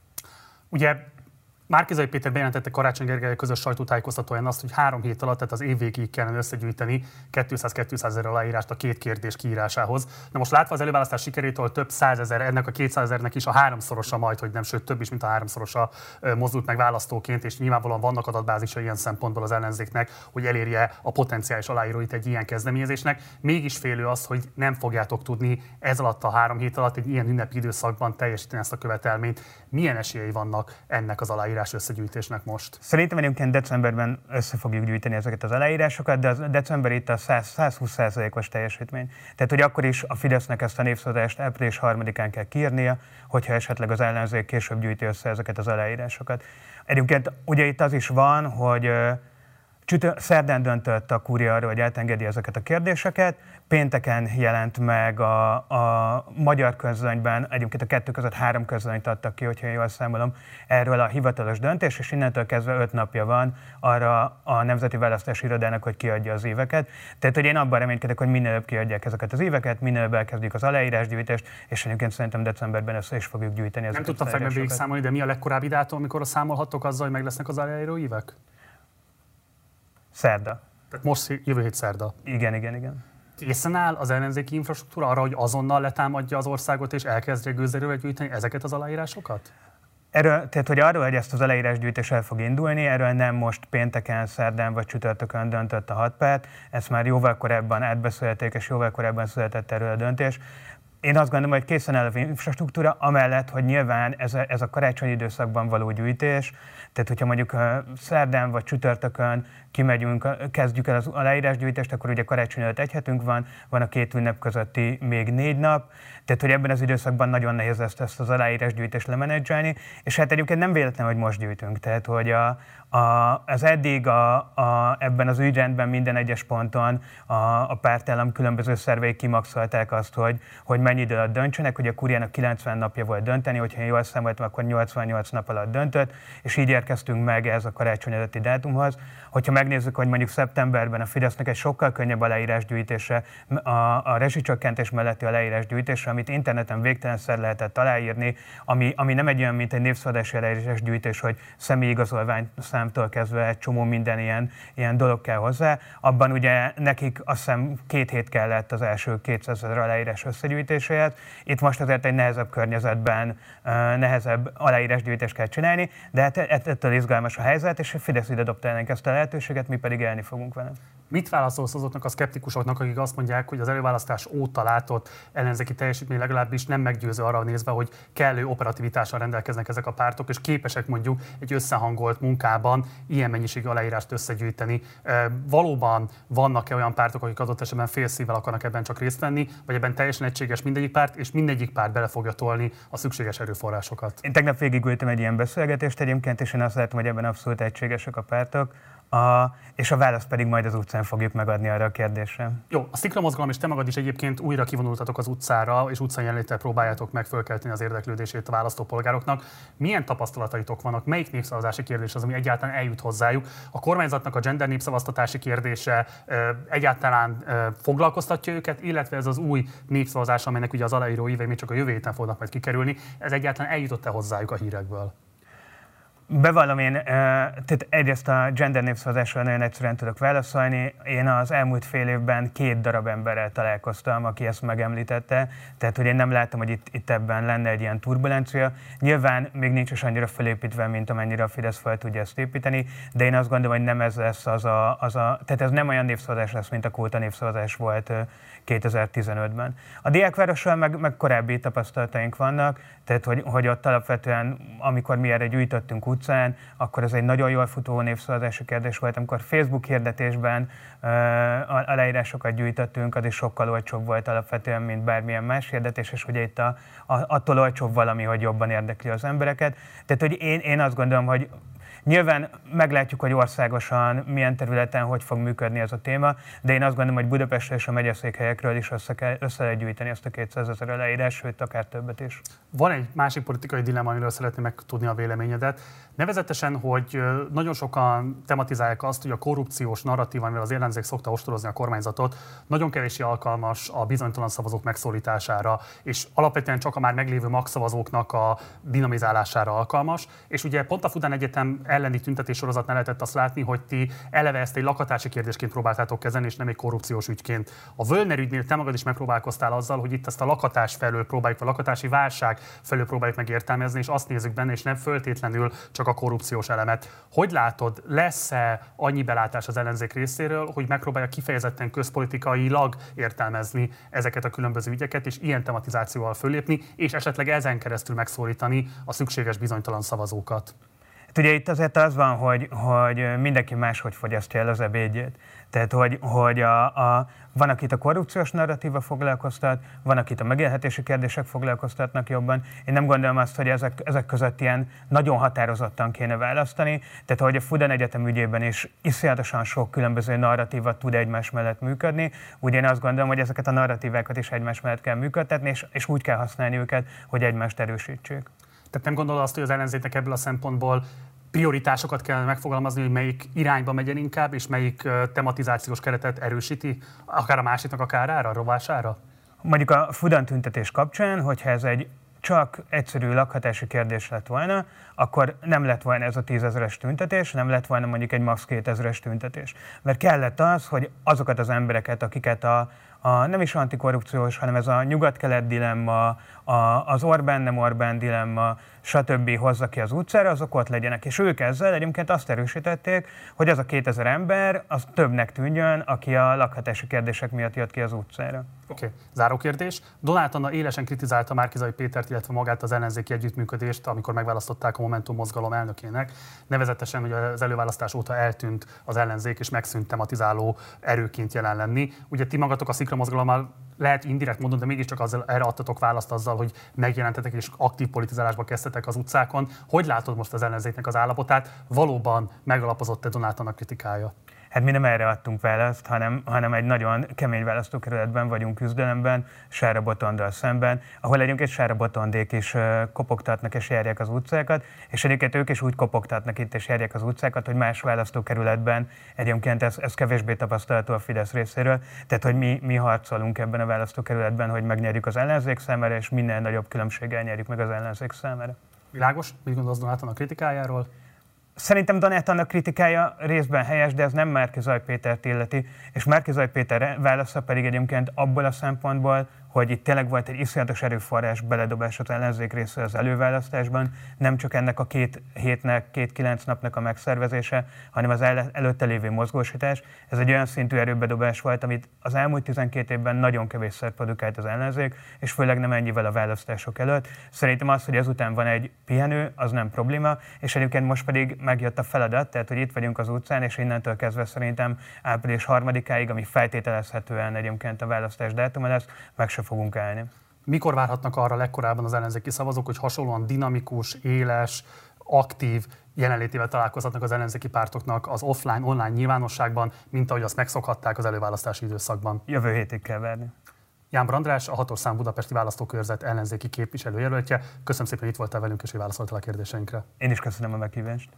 Ugye Márki-Zay Péter bejelentette Karácsony Gergely közös sajtótájékoztatóján azt, hogy három hét alatt, tehát az év végéig kellene összegyűjteni kétszáz-kétszáz ezer aláírást a két kérdés kiírásához. Na most látva az előválasztás sikerétől több százezer, ennek a kétszázezernek is a háromszorosa majd, hogy nem, sőt több is, mint a háromszorosa mozdult meg választóként, és nyilvánvalóan vannak adatbázisa ilyen szempontból az ellenzéknek, hogy elérje a potenciális aláíróit egy ilyen kezdeményezésnek. Mégis félő az, hogy nem fogjátok tudni ez alatt a három hét alatt egy ilyen ünnepi időszakban teljesíteni ezt a követelményt. Milyen esélyei vannak ennek az aláírás összegyűjtésnek most? Szerintem egyébként decemberben össze fogjuk gyűjteni ezeket az aláírásokat, de az december itt a száz-százhúsz százalékos teljesítmény. Tehát, hogy akkor is a Fidesznek ezt a népszavazást április harmadikán kell kiírnia, hogyha esetleg az ellenzék később gyűjti össze ezeket az aláírásokat. Egyébként ugye itt az is van, hogy Csütör, szerdán döntött a kúria arról, hogy átengedi ezeket a kérdéseket. Pénteken jelent meg a, a magyar közlönyben, egyébként a kettő között három közlönyt adtak ki, hogyha jól számolom, erről a hivatalos döntés, és innentől kezdve öt napja van arra a Nemzeti Választási Irodának, hogy kiadja az éveket. Tehát, hogy én abban reménykedek, hogy minél előbb kiadják ezeket az éveket, minél előbb elkezdjük az aláírásgyűjtést, és egyébként szerintem decemberben össze is fogjuk gyűjteni ezeket. Nem tudtam fejben végig számolni, de mi a legkorábbi dátum, amikor számolhattok azzal, hogy meg lesznek az aláíró évek? Szerda. Tehát most jövő hét szerda. Igen, igen, igen. Készen áll az ellenzéki infrastruktúra arra, hogy azonnal letámadja az országot és elkezdje gőzerővel gyűjteni ezeket az aláírásokat? Erről, tehát, hogy arról, hogy ezt az aláírásgyűjtés el fog indulni, erről nem most pénteken, szerdán vagy csütörtökön döntött a hat párt, ezt már jóval korábban átbeszélték, és jóval korábban született erről a döntés. Én azt gondolom, hogy készen áll az infrastruktúra, amellett, hogy nyilván ez a, ez a karácsonyi időszakban való gyűjtés, tehát hogyha mondjuk szerdán vagy csütörtökön kimegyünk, kezdjük el az aláírásgyűjtést, akkor ugye karácsony előtt egy hetünk van, van a két ünnep közötti még négy nap, tehát hogy ebben az időszakban nagyon nehéz lesz ezt az aláírásgyűjtést lemenedzselni, és hát egyébként nem véletlen, hogy most gyűjtünk, tehát hogy a, a, az eddig a, a, ebben az ügyrendben minden egyes ponton a, a pártállam különböző szervei kimaxolták azt, hogy, hogy mennyi idő alatt döntsenek, hogy a Kuriának kilencven napja volt dönteni, hogyha én jól számoltam, akkor nyolcvannyolc nap alatt döntött, és így érkeztünk meg ez a karácsony előtti dátumhoz. Hogyha megnézzük, hogy mondjuk szeptemberben a Fidesznek egy sokkal könnyebb aláírásgyűjtése, a, a rezsicsökkentés melletti aláírásgyűjtésre, amit interneten végtelenszer lehetett aláírni, ami, ami nem egy olyan, mint egy népszavazási aláírásgyűjtés, hogy személyigazolvány számtól kezdve egy csomó minden ilyen, ilyen dolog kell hozzá. Abban ugye nekik azt hiszem két hét kellett az első kétszázezer aláírás összegyűjtéséhez. Itt most azért egy nehezebb környezetben nehezebb aláírásgyűjtést kell csinálni, de hát ettől izgalmas a helyzet, és a Fidesz ide dobta ellen ezt a lehetőséget, mi pedig élni fogunk vele. Mit válaszolsz azoknak a szkeptikusoknak, akik azt mondják, hogy az előválasztás óta látott ellenzéki teljesítmény legalábbis nem meggyőző arra nézve, hogy kellő operativitással rendelkeznek ezek a pártok, és képesek mondjuk egy összehangolt munkában ilyen mennyiségű aláírást összegyűjteni. Valóban vannak-e olyan pártok, akik adott esetben félszívvel akarnak ebben csak részt venni, vagy ebben teljesen egységes mindegyik párt, és mindegyik párt bele fogja tolni a szükséges erőforrásokat? Én tegnap végigültem egy ilyen beszélgetést egyébként, és én azt látom, hogy ebben abszolút egységesek a pártok. A, és a választ pedig majd az utcán fogjuk megadni arra a kérdésre. Jó, a Szikra mozgalom és te magad is egyébként újra kivonultatok az utcára, és utcán jelenléttel próbáljátok meg fölkelteni az érdeklődését a választópolgároknak. Milyen tapasztalataitok vannak? Melyik népszavazási kérdés az, ami egyáltalán eljut hozzájuk? A kormányzatnak a gender népszavaztatási kérdése egyáltalán foglalkoztatja őket, illetve ez az új népszavazás, amelynek ugye az aláíró évei még csak a jövő héten fognak majd kikerülni, ez egyáltalán eljutott-e hozzájuk a hírekből? Bevallom én, tehát egyrészt a gender népszavazásra nagyon egyszerűen tudok válaszolni. Én az elmúlt fél évben két darab emberrel találkoztam, aki ezt megemlítette, tehát hogy én nem látom, hogy itt, itt ebben lenne egy ilyen turbulencia. Nyilván még nincs is annyira felépítve, mint amennyire a Fidesz fel tudja ezt építeni, de én azt gondolom, hogy nem ez lesz az a, az a tehát ez nem olyan népszavazás lesz, mint a kvóta népszavazás volt kétezer-tizenötben. A Diákvárossal meg, meg korábbi tapasztalataink vannak, tehát hogy, hogy ott alapvetően, amikor mi erre gyűjtöttünk utcán, akkor ez egy nagyon jól futó népszavazási kérdés volt. Amikor Facebook hirdetésben uh, aláírásokat gyűjtöttünk, az is sokkal olcsóbb volt alapvetően, mint bármilyen más hirdetés, és ugye itt a, a, attól olcsóbb valami, hogy jobban érdekli az embereket. Tehát, hogy én, én azt gondolom, hogy nyilván meglátjuk, hogy országosan milyen területen hogy fog működni ez a téma, de én azt gondolom, hogy Budapestről és a megyeszékhelyekről is össze, kell, össze lehet gyűjteni ezt a kétszázezer aláírás, sőt, akár többet is. Van egy másik politikai dilemma, amiről szeretném megtudni a véleményedet. Nevezetesen, hogy nagyon sokan tematizálják azt, hogy a korrupciós narratíva, amivel az ellenzék szokta ostorozni a kormányzatot, nagyon kevéssé alkalmas a bizonytalan szavazók megszólítására, és alapvetően csak a már meglévő magszavazóknak a dinamizálására alkalmas. És ugye pont a Fudán Egyetem elleni tüntetéssorozatnál lehetett azt látni, hogy ti eleve ezt egy lakhatási kérdésként próbáltátok kezelni, és nem egy korrupciós ügyként. A Völner ügynél te magad is megpróbálkoztál azzal, hogy itt ezt a lakhatás felől próbáljuk, a lakatási válság felől próbáljuk meg értelmezni, és azt nézzük benne, és nem föltétlenül csak a korrupciós elemet. Hogy látod, lesz-e annyi belátás az ellenzék részéről, hogy megpróbálja kifejezetten közpolitikailag értelmezni ezeket a különböző ügyeket, és ilyen tematizációval fölépni, és esetleg ezen keresztül megszólítani a szükséges bizonytalan szavazókat? Ugye itt azért az van, hogy, hogy mindenki máshogy fogyasztja el az ebédjét. Tehát, hogy, hogy a, a, van, akit a korrupciós narratíva foglalkoztat, van, akit a megélhetési kérdések foglalkoztatnak jobban. Én nem gondolom azt, hogy ezek, ezek között ilyen nagyon határozottan kéne választani. Tehát, hogy a Fudán Egyetem ügyében is iszonyatosan sok különböző narratíva tud egymás mellett működni. Úgy én azt gondolom, hogy ezeket a narratívákat is egymás mellett kell működtetni, és, és úgy kell használni őket, hogy egymást erősítsék. Tehát nem gondolod azt, hogy az ellenzéknek ebből a szempontból prioritásokat kell megfogalmazni, hogy melyik irányba megyen inkább, és melyik tematizációs keretet erősíti, akár a másiknak a kárára, a rovására? Mondjuk a Fudán tüntetés kapcsán, hogyha ez egy csak egyszerű lakhatási kérdés lett volna, akkor nem lett volna ez a tízezeres tüntetés, nem lett volna mondjuk egy max kétezeres tüntetés. Mert kellett az, hogy azokat az embereket, akiket a, a nem is antikorrupciós, hanem ez a nyugat-kelet dilemma, a, az Orbán nem Orbán dilemma, stb. Hozza ki az utcára, azok ott legyenek. És ők ezzel egyébként azt erősítették, hogy az a kétezer ember, az többnek tűnjön, aki a lakhatási kérdések miatt jött ki az utcára. Oké, okay. Záró kérdés. Donát Anna élesen kritizálta Márki-Zay Pétert, illetve magát az ellenzéki együttműködést, amikor megválasztották a Momentum mozgalom elnökének. Nevezetesen, hogy az előválasztás óta eltűnt az ellenzék, és megszűnt tematizáló erőként jelen lenni. Ugye ti magatok a Szikra mozgalommal lehet indirekt módon, de mégiscsak azzal, erre adtatok választ azzal, hogy megjelentetek és aktív politizálásba kezdtetek az utcákon. Hogy látod most az ellenzéknek az állapotát? Valóban megalapozott-e Donát Anna kritikája? Hát mi nem erre adtunk választ, hanem, hanem egy nagyon kemény választókerületben vagyunk küzdelemben, Sára Botondal szemben, ahol egyébként Sára Botondék is kopogtatnak és járják az utcákat, és egyébként ők is úgy kopogtatnak itt és járják az utcákat, hogy más választókerületben egyébként ez, ez kevésbé tapasztalható a Fidesz részéről, tehát hogy mi, mi harcolunk ebben a választókerületben, hogy megnyerjük az ellenzék számára, és minél nagyobb különbséggel nyerjük meg az ellenzék számára. Világos? Mit gondolsz Donát Anna kritikájáról? Szerintem Donát Anna kritikája részben helyes, de ez nem Márki-Zay Pétert illeti, és Márki-Zay Péter válasza pedig egyébként abból a szempontból, hogy itt tényleg volt egy iszonyatos erőforrás beledobás az ellenzék részéről az előválasztásban, nem csak ennek a két hétnek, két-kilenc napnak a megszervezése, hanem az el- előtte lévő mozgósítás. Ez egy olyan szintű erőbedobás volt, amit az elmúlt tizenkét évben nagyon kevésszer produkált az ellenzék, és főleg nem ennyivel a választások előtt. Szerintem az, hogy ezután van egy pihenő, az nem probléma, és egyébként most pedig megjött a feladat, tehát hogy itt vagyunk az utcán, és innentől kezdve szerintem április harmadikáig, ami feltételezhetően egyébként a választás dátuma lesz, meg se fogunk állni. Mikor várhatnak arra legkorábban az ellenzéki szavazók, hogy hasonlóan dinamikus, éles, aktív jelenlétével találkozhatnak az ellenzéki pártoknak az offline, online nyilvánosságban, mint ahogy azt megszokhatták az előválasztási időszakban? Jövő hétig kell várni. Jánbor András, a hatos számú budapesti választókörzet ellenzéki képviselőjelöltje. Köszönöm szépen, hogy itt voltál velünk, és hogy válaszoltál a kérdéseinkre. Én is köszönöm a meghívást.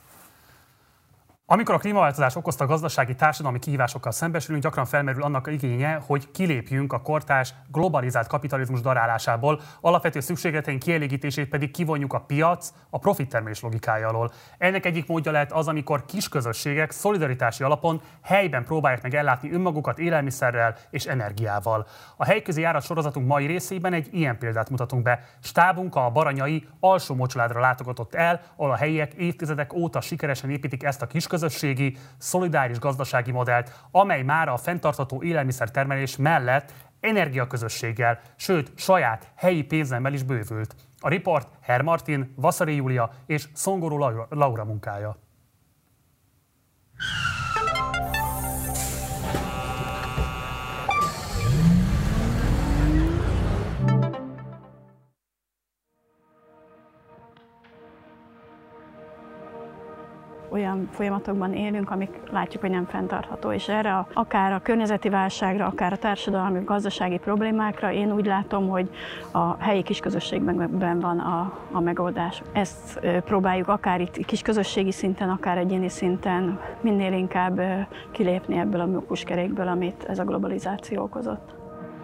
Amikor a klímaváltozás okozta gazdasági, társadalmi kihívásokkal szembesülünk, gyakran felmerül annak igénye, hogy kilépjünk a kortárs globalizált kapitalizmus darálásából, alapvető szükségleteink kielégítését pedig kivonjuk a piac, a profittermelés logikája alól. Ennek egyik módja lehet az, amikor kisközösségek szolidaritási alapon helyben próbálják meg ellátni önmagukat élelmiszerrel és energiával. A helyközi járat sorozatunk mai részében egy ilyen példát mutatunk be. Stábunk a baranyai Alsó-Mocsoládra látogatott el, ahol a helyiek évtizedek óta sikeresen építik ezt a kisközösséget, közösségi, szolidáris gazdasági modellt, amely már a fenntartható élelmiszertermelés mellett energiaközösséggel, sőt saját helyi pénzemmel is bővült. A riport Herr Martin, Vaszary Júlia és Szongoró Laura, Laura munkája. Olyan folyamatokban élünk, amik látjuk, hogy nem fenntartható, és erre a, akár a környezeti válságra, akár a társadalmi, gazdasági problémákra én úgy látom, hogy a helyi kisközösségben van a, a megoldás. Ezt próbáljuk akár itt kisközösségi szinten, akár egyéni szinten minél inkább kilépni ebből a mókuskerékből, amit ez a globalizáció okozott.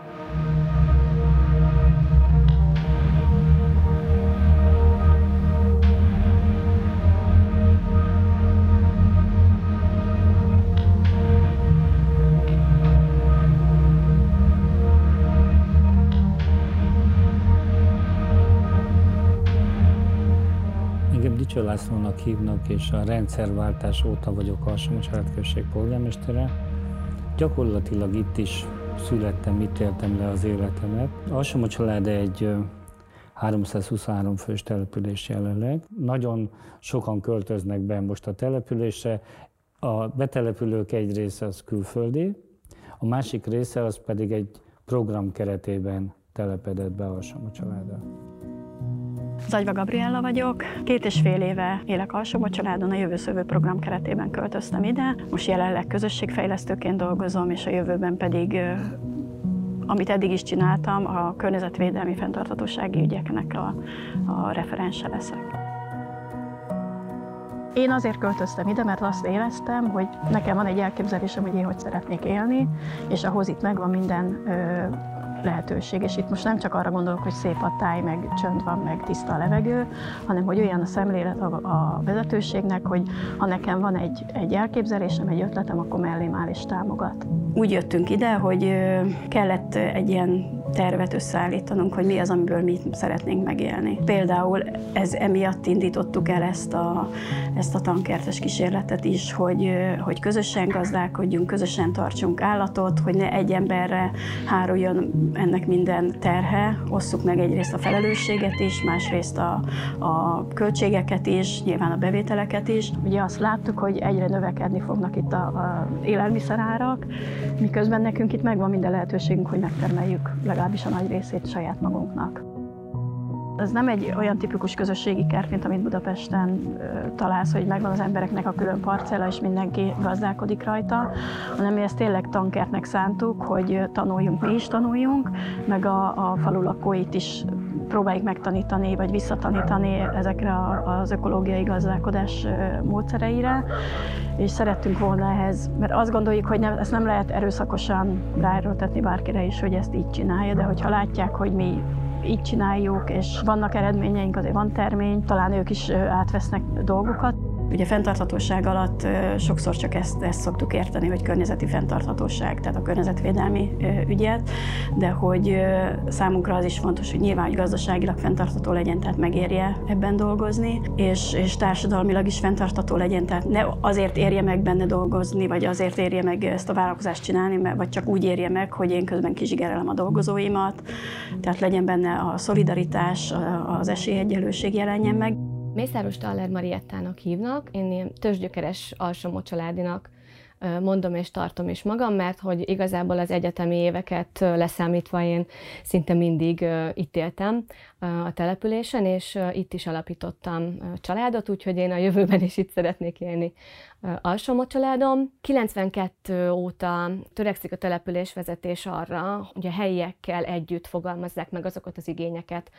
Dicső Lászlónak hívnak, és a rendszerváltás óta vagyok a Alsó-Mocsalád község polgármestere. Gyakorlatilag itt is születtem, itt éltem le az életemet. Alsó-Mocsalád egy háromszázhuszonhárom fős település jelenleg. Nagyon sokan költöznek be most a településre. A betelepülők egy része az külföldi, a másik része az pedig egy program keretében telepedett be Alsó-Mocsaládra. Zagyva Gabriella vagyok, két és fél éve élek Alsó-Mocsaládon, a Jövőszövő program keretében költöztem ide. Most jelenleg közösségfejlesztőként dolgozom, és a jövőben pedig, amit eddig is csináltam, a környezetvédelmi fenntarthatósági ügyeknek a, a referense leszek. Én azért költöztem ide, mert azt éreztem, hogy nekem van egy elképzelésem, hogy én hogy szeretnék élni, és ahhoz itt megvan minden ö, lehetőség. És itt most nem csak arra gondolok, hogy szép a táj, meg csönd van, meg tiszta a levegő, hanem hogy olyan a szemlélet a, a vezetőségnek, hogy ha nekem van egy, egy elképzelésem, egy ötletem, akkor mellém áll és támogat. Úgy jöttünk ide, hogy kellett egy ilyen tervet összeállítanunk, hogy mi az, amiből mi szeretnénk megélni. Például ez emiatt indítottuk el ezt a, ezt a tankertes kísérletet is, hogy, hogy közösen gazdálkodjunk, közösen tartsunk állatot, hogy ne egy emberre háruljon ennek minden terhe, osszuk meg egyrészt a felelősséget is, másrészt a, a költségeket is, nyilván a bevételeket is. Ugye azt láttuk, hogy egyre növekedni fognak itt a, a élelmiszerárak, miközben nekünk itt megvan minden lehetőségünk, hogy megtermeljük legalábbis a nagy részét saját magunknak. Ez nem egy olyan tipikus közösségi kert, mint amit Budapesten találsz, hogy megvan az embereknek a külön parcella, és mindenki gazdálkodik rajta, hanem mi ezt tényleg tankertnek szántuk, hogy tanuljunk, mi is tanuljunk, meg a, a falu lakóit is próbáljuk megtanítani, vagy visszatanítani ezekre az ökológiai gazdálkodás módszereire, és szerettünk volna ehhez, mert azt gondoljuk, hogy nem, ezt nem lehet erőszakosan ráerőltetni bárkire is, hogy ezt így csinálja, de hogyha látják, hogy mi így csináljuk, és vannak eredményeink, azért van termény, talán ők is átvesznek dolgokat. Ugye fenntarthatóság alatt sokszor csak ezt, ezt szoktuk érteni, hogy környezeti fenntarthatóság, tehát a környezetvédelmi ügyet, de hogy számunkra az is fontos, hogy nyilván, hogy gazdaságilag fenntartható legyen, tehát megérje ebben dolgozni, és, és társadalmilag is fenntartható legyen, tehát ne azért érje meg benne dolgozni, vagy azért érje meg ezt a vállalkozást csinálni, vagy csak úgy érje meg, hogy én közben kizsigerelem a dolgozóimat, tehát legyen benne a szolidaritás, az esélyegyenlőség jelenjen meg. Mészáros Taller Mariettának hívnak, én ilyen tőzsgyökeres Alsomó családinak mondom és tartom is magam, mert hogy igazából az egyetemi éveket leszámítva én szinte mindig itt éltem a településen, és itt is alapítottam családot, úgyhogy én a jövőben is itt szeretnék élni Alsomó családom. kilencvenkettő óta törekszik a településvezetés arra, hogy a helyiekkel együtt fogalmazzák meg azokat az igényeket,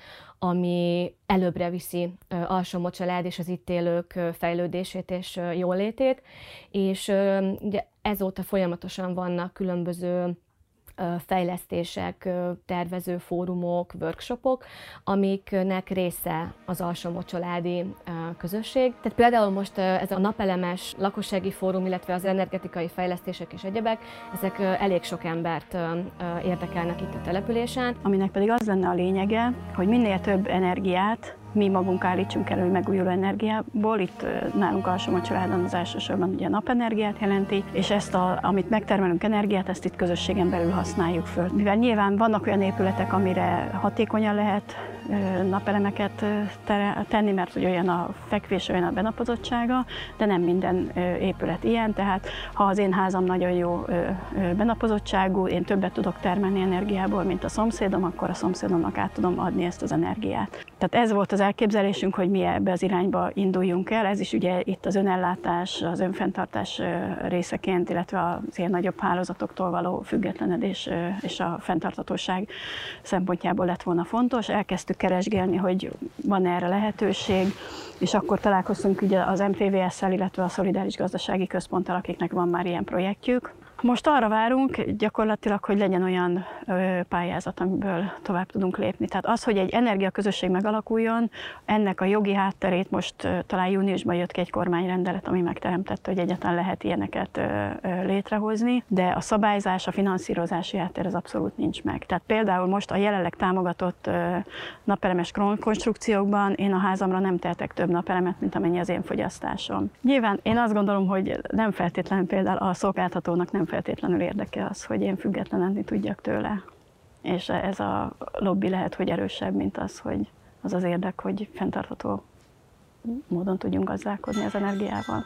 ami előbbre viszi Alsomó család és az itt élők fejlődését és jólétét, és ugye ezóta folyamatosan vannak különböző fejlesztések, tervező fórumok, workshopok, amiknek része az Alsomó családi közösség. Tehát például most ez a napelemes lakossági fórum, illetve az energetikai fejlesztések és egyebek, ezek elég sok embert érdekelnek itt a településen. Aminek pedig az lenne a lényege, hogy minél több energiát mi magunk állítsunk elő megújuló energiából, itt nálunk Alsomó családon az elsősorban ugye napenergiát jelenti, és ezt, a, amit megtermelünk energiát, ezt itt közösségen belül használjuk föl. Mivel nyilván vannak olyan épületek, amire hatékonyan lehet napelemeket tenni, mert hogy olyan a fekvés, olyan a benapozottsága, de nem minden épület ilyen, tehát ha az én házam nagyon jó benapozottságú, én többet tudok termelni energiából, mint a szomszédom, akkor a szomszédomnak át tudom adni ezt az energiát. Tehát ez volt az elképzelésünk, hogy mi ebbe az irányba induljunk el. Ez is ugye itt az önellátás, az önfenntartás részeként, illetve az ilyen nagyobb hálózatoktól való függetlenedés és a fenntarthatóság szempontjából lett volna fontos. Elkezdtük keresgélni, hogy van erre lehetőség, és akkor találkoztunk ugye az em té vé es-szel, illetve a Szolidáris Gazdasági Központtal, akiknek van már ilyen projektjük. Most arra várunk gyakorlatilag, hogy legyen olyan ö, pályázat, amiből tovább tudunk lépni. Tehát az, hogy egy energiaközösség megalakuljon, ennek a jogi hátterét most ö, talán júniusban jött ki egy kormányrendelet, ami megteremtette, hogy egyáltalán lehet ilyeneket ö, ö, létrehozni, de a szabályzás, a finanszírozási háttér az abszolút nincs meg. Tehát például most a jelenleg támogatott ö, napelemes konstrukciókban én a házamra nem tehetek több napelemet, mint amennyi az én fogyasztásom. Nyilván én azt gondolom, hogy nem feltétlenül például a szolgáltatónak nem feltétlenül érdeke az, hogy én független lenni tudjak tőle. És ez a lobby lehet, hogy erősebb, mint az, hogy az az érdek, hogy fenntartható módon tudjunk gazdálkodni az energiával.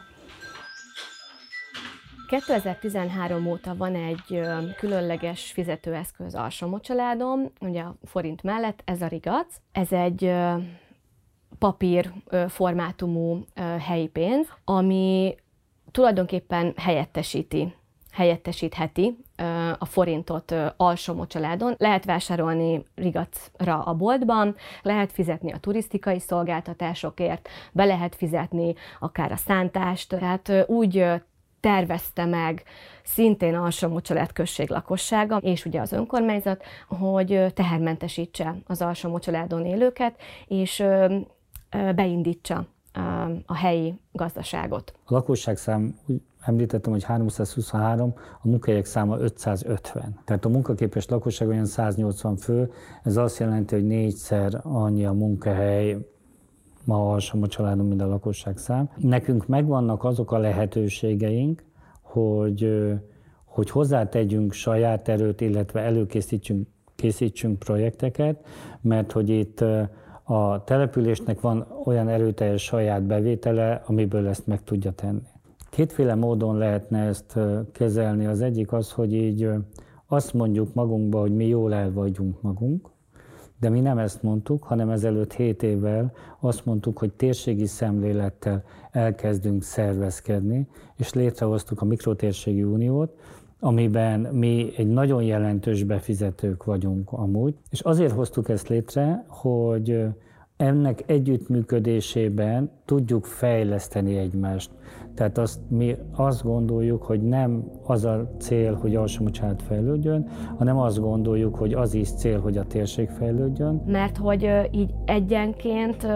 kétezer-tizenhárom óta van egy különleges fizetőeszköz Alsomó családom, ugye a forint mellett, ez a rigac. Ez egy papír formátumú helyi pénz, ami tulajdonképpen helyettesíti helyettesítheti a forintot Alsomó családon. Lehet vásárolni rigacra a boltban, lehet fizetni a turisztikai szolgáltatásokért, be lehet fizetni akár a szántást, tehát úgy tervezte meg szintén Alsó-Mocsalád község lakossága, és ugye az önkormányzat, hogy tehermentesítse az Alsó-Mocsaládon élőket, és beindítsa a helyi gazdaságot. A lakosságszám, úgy említettem, hogy háromszázhuszonhárom, a munkahelyek száma ötszázötven. Tehát a munkaképes lakosság olyan száznyolcvan fő, ez azt jelenti, hogy négyszer annyi a munkahely ma Alsó-Mocsaládon, mint a lakosságszám. Nekünk megvannak azok a lehetőségeink, hogy, hogy hozzátegyünk saját erőt, illetve előkészítsünk készítsünk projekteket, mert hogy itt a településnek van olyan erőteljes saját bevétele, amiből ezt meg tudja tenni. Kétféle módon lehetne ezt kezelni. Az egyik az, hogy így azt mondjuk magunkba, hogy mi jól el vagyunk magunk, de mi nem ezt mondtuk, hanem ezelőtt hét évvel azt mondtuk, hogy térségi szemlélettel elkezdünk szervezkedni, és létrehoztuk a Mikrotérségi Uniót, amiben mi egy nagyon jelentős befizetők vagyunk amúgy. És azért hoztuk ezt létre, hogy ennek együttműködésében tudjuk fejleszteni egymást. Tehát azt, mi azt gondoljuk, hogy nem az a cél, hogy Alsó-Mocsalád fejlődjön, hanem azt gondoljuk, hogy az is cél, hogy a térség fejlődjön. Mert hogy így egyenként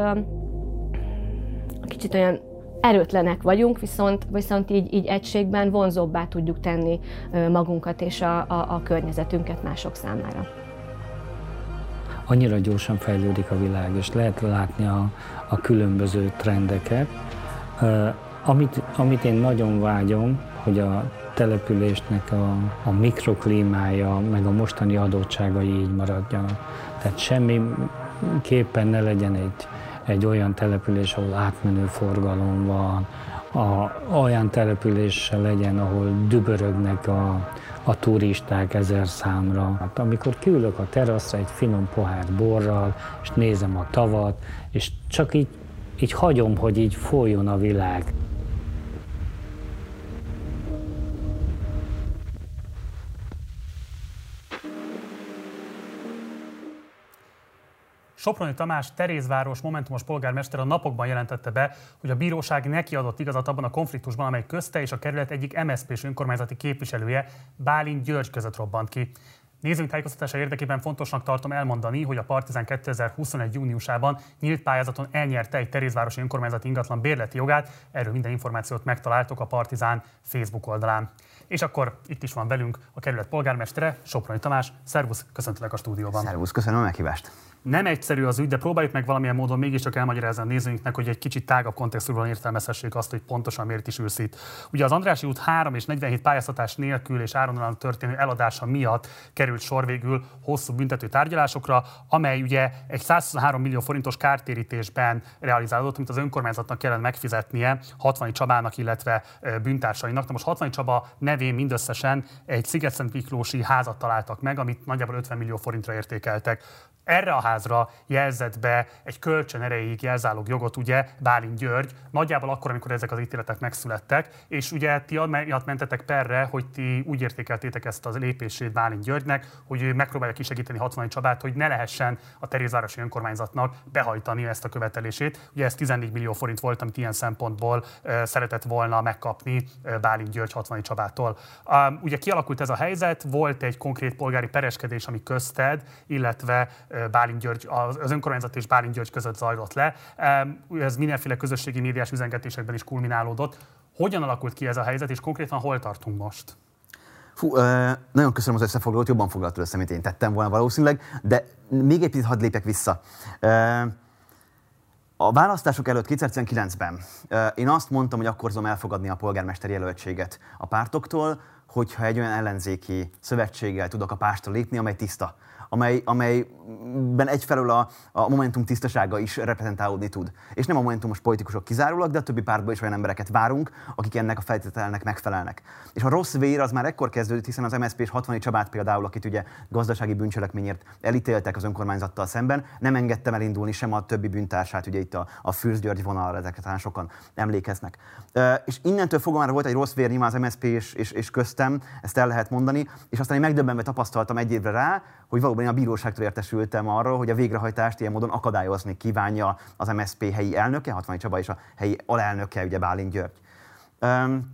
kicsit olyan erőtlenek vagyunk, viszont, viszont így, így egységben vonzóbbá tudjuk tenni magunkat és a, a, a környezetünket mások számára. Annyira gyorsan fejlődik a világ, és lehet látni a, a különböző trendeket. Uh, amit, amit én nagyon vágyom, hogy a településnek a, a mikroklímája, meg a mostani adottságai így maradjanak. Tehát semmiképpen ne legyen egy, egy olyan település, ahol átmenő forgalom van, a, olyan település legyen, ahol dübörögnek a, a turisták ezer számra. Hát amikor kiülök a teraszra egy finom pohár borral, és nézem a tavat, és csak így, így hagyom, hogy így folyjon a világ. Soproni Tamás, Terézváros momentumos polgármester a napokban jelentette be, hogy a bíróság neki adott igazat abban a konfliktusban, amely közte és a kerület egyik em es zé pés önkormányzati képviselője, Bálint György között robbant ki. Nézőink tájékoztatása érdekében fontosnak tartom elmondani, hogy a Partizán kétezer-huszonegy júniusában nyílt pályázaton elnyerte egy terézvárosi önkormányzati ingatlan bérleti jogát, erről minden információt megtaláltok a Partizán Facebook oldalán. És akkor itt is van velünk a kerület polgármestere, Soproni Tamás. Szervusz, köszöntelek a stúdióban. Szervusz, köszönöm a meghívást. Nem egyszerű az ügy, de próbáljuk meg valamilyen módon mégiscsak elmagyarázni a nézőinknek, hogy egy kicsit tágabb kontextusban értelmezhessék azt, hogy pontosan miért is ülsz itt. Ugye az Andrássy út három és negyvenhét pályáztatás nélkül és árondalan történő eladása miatt került sor végül hosszú büntető tárgyalásokra, amely ugye egy százhuszonhárom millió forintos kártérítésben realizálódott, amit az önkormányzatnak kellene megfizetnie Hatvany Csabának, illetve bűntársainak. Na most Hatvany Csaba nevén mindösszesen egy Szigetszent Miklósi házat találtak meg, amit nagyjából ötven millió forintra értékeltek. Erre a házra jelzett be egy kölcsön erejéig jelzálog jogot ugye Bálint György, nagyjából akkor, amikor ezek az ítéletek megszülettek, és ugye ti miatt mentetek perre, hogy ti úgy értékeltétek ezt a lépését Bálint Györgynek, hogy ő megpróbálja kisegíteni Hatvany Csabát, hogy ne lehessen a Terézvárosi önkormányzatnak behajtani ezt a követelését. Ugye ez tizennégy millió forint volt, amit ilyen szempontból uh, szeretett volna megkapni uh, Bálint György Hatvany Csabától. Uh, ugye kialakult ez a helyzet, volt egy konkrét polgári pereskedés, ami közted, illetve uh, Bálint György, az önkormányzat és Bálint György között zajlott le. Ez mindenféle közösségi médiás üzengetésekben is kulminálódott. Hogyan alakult ki ez a helyzet, és konkrétan hol tartunk most? Fú, nagyon köszönöm az összefoglalót, jobban foglaltad össze, mint én tettem volna valószínűleg, de még egy picit hadd lépjek vissza. A választások előtt kétezer-tizenkilencben én azt mondtam, hogy akkor tudom elfogadni a polgármester jelöltséget a pártoktól, hogyha egy olyan ellenzéki szövetséggel tudok a pártra lépni, amely tiszta. Amely, amelyben egyfelől a, a Momentum tisztasága is reprezentálódni tud. És nem a Momentumos politikusok kizárólag, de a többi pártból is olyan embereket várunk, akik ennek a feltételnek megfelelnek. És a rossz vér az már ekkor kezdődött, hiszen az em es zé pés Hatvany Csabát például, akit ugye gazdasági bűncselekményért elítéltek az önkormányzattal szemben, nem engedtem elindulni sem a többi bűntársát, ugye itt a, a Fürsz György vonalra, ezeket talán sokan emlékeznek. E, és innentől fogva már volt egy rossz vér nyilván az em es zé pé és, és, és köztem, ezt el lehet mondani, és aztán én megdöbbenve tapasztaltam egy évre rá, hogy valóban én a bíróságtól értesültem arról, hogy a végrehajtást ilyen módon akadályozni kívánja az em es zé pé helyi elnöke, Hatvany Csaba és a helyi alelnöke, ugye Bálint György. Um, és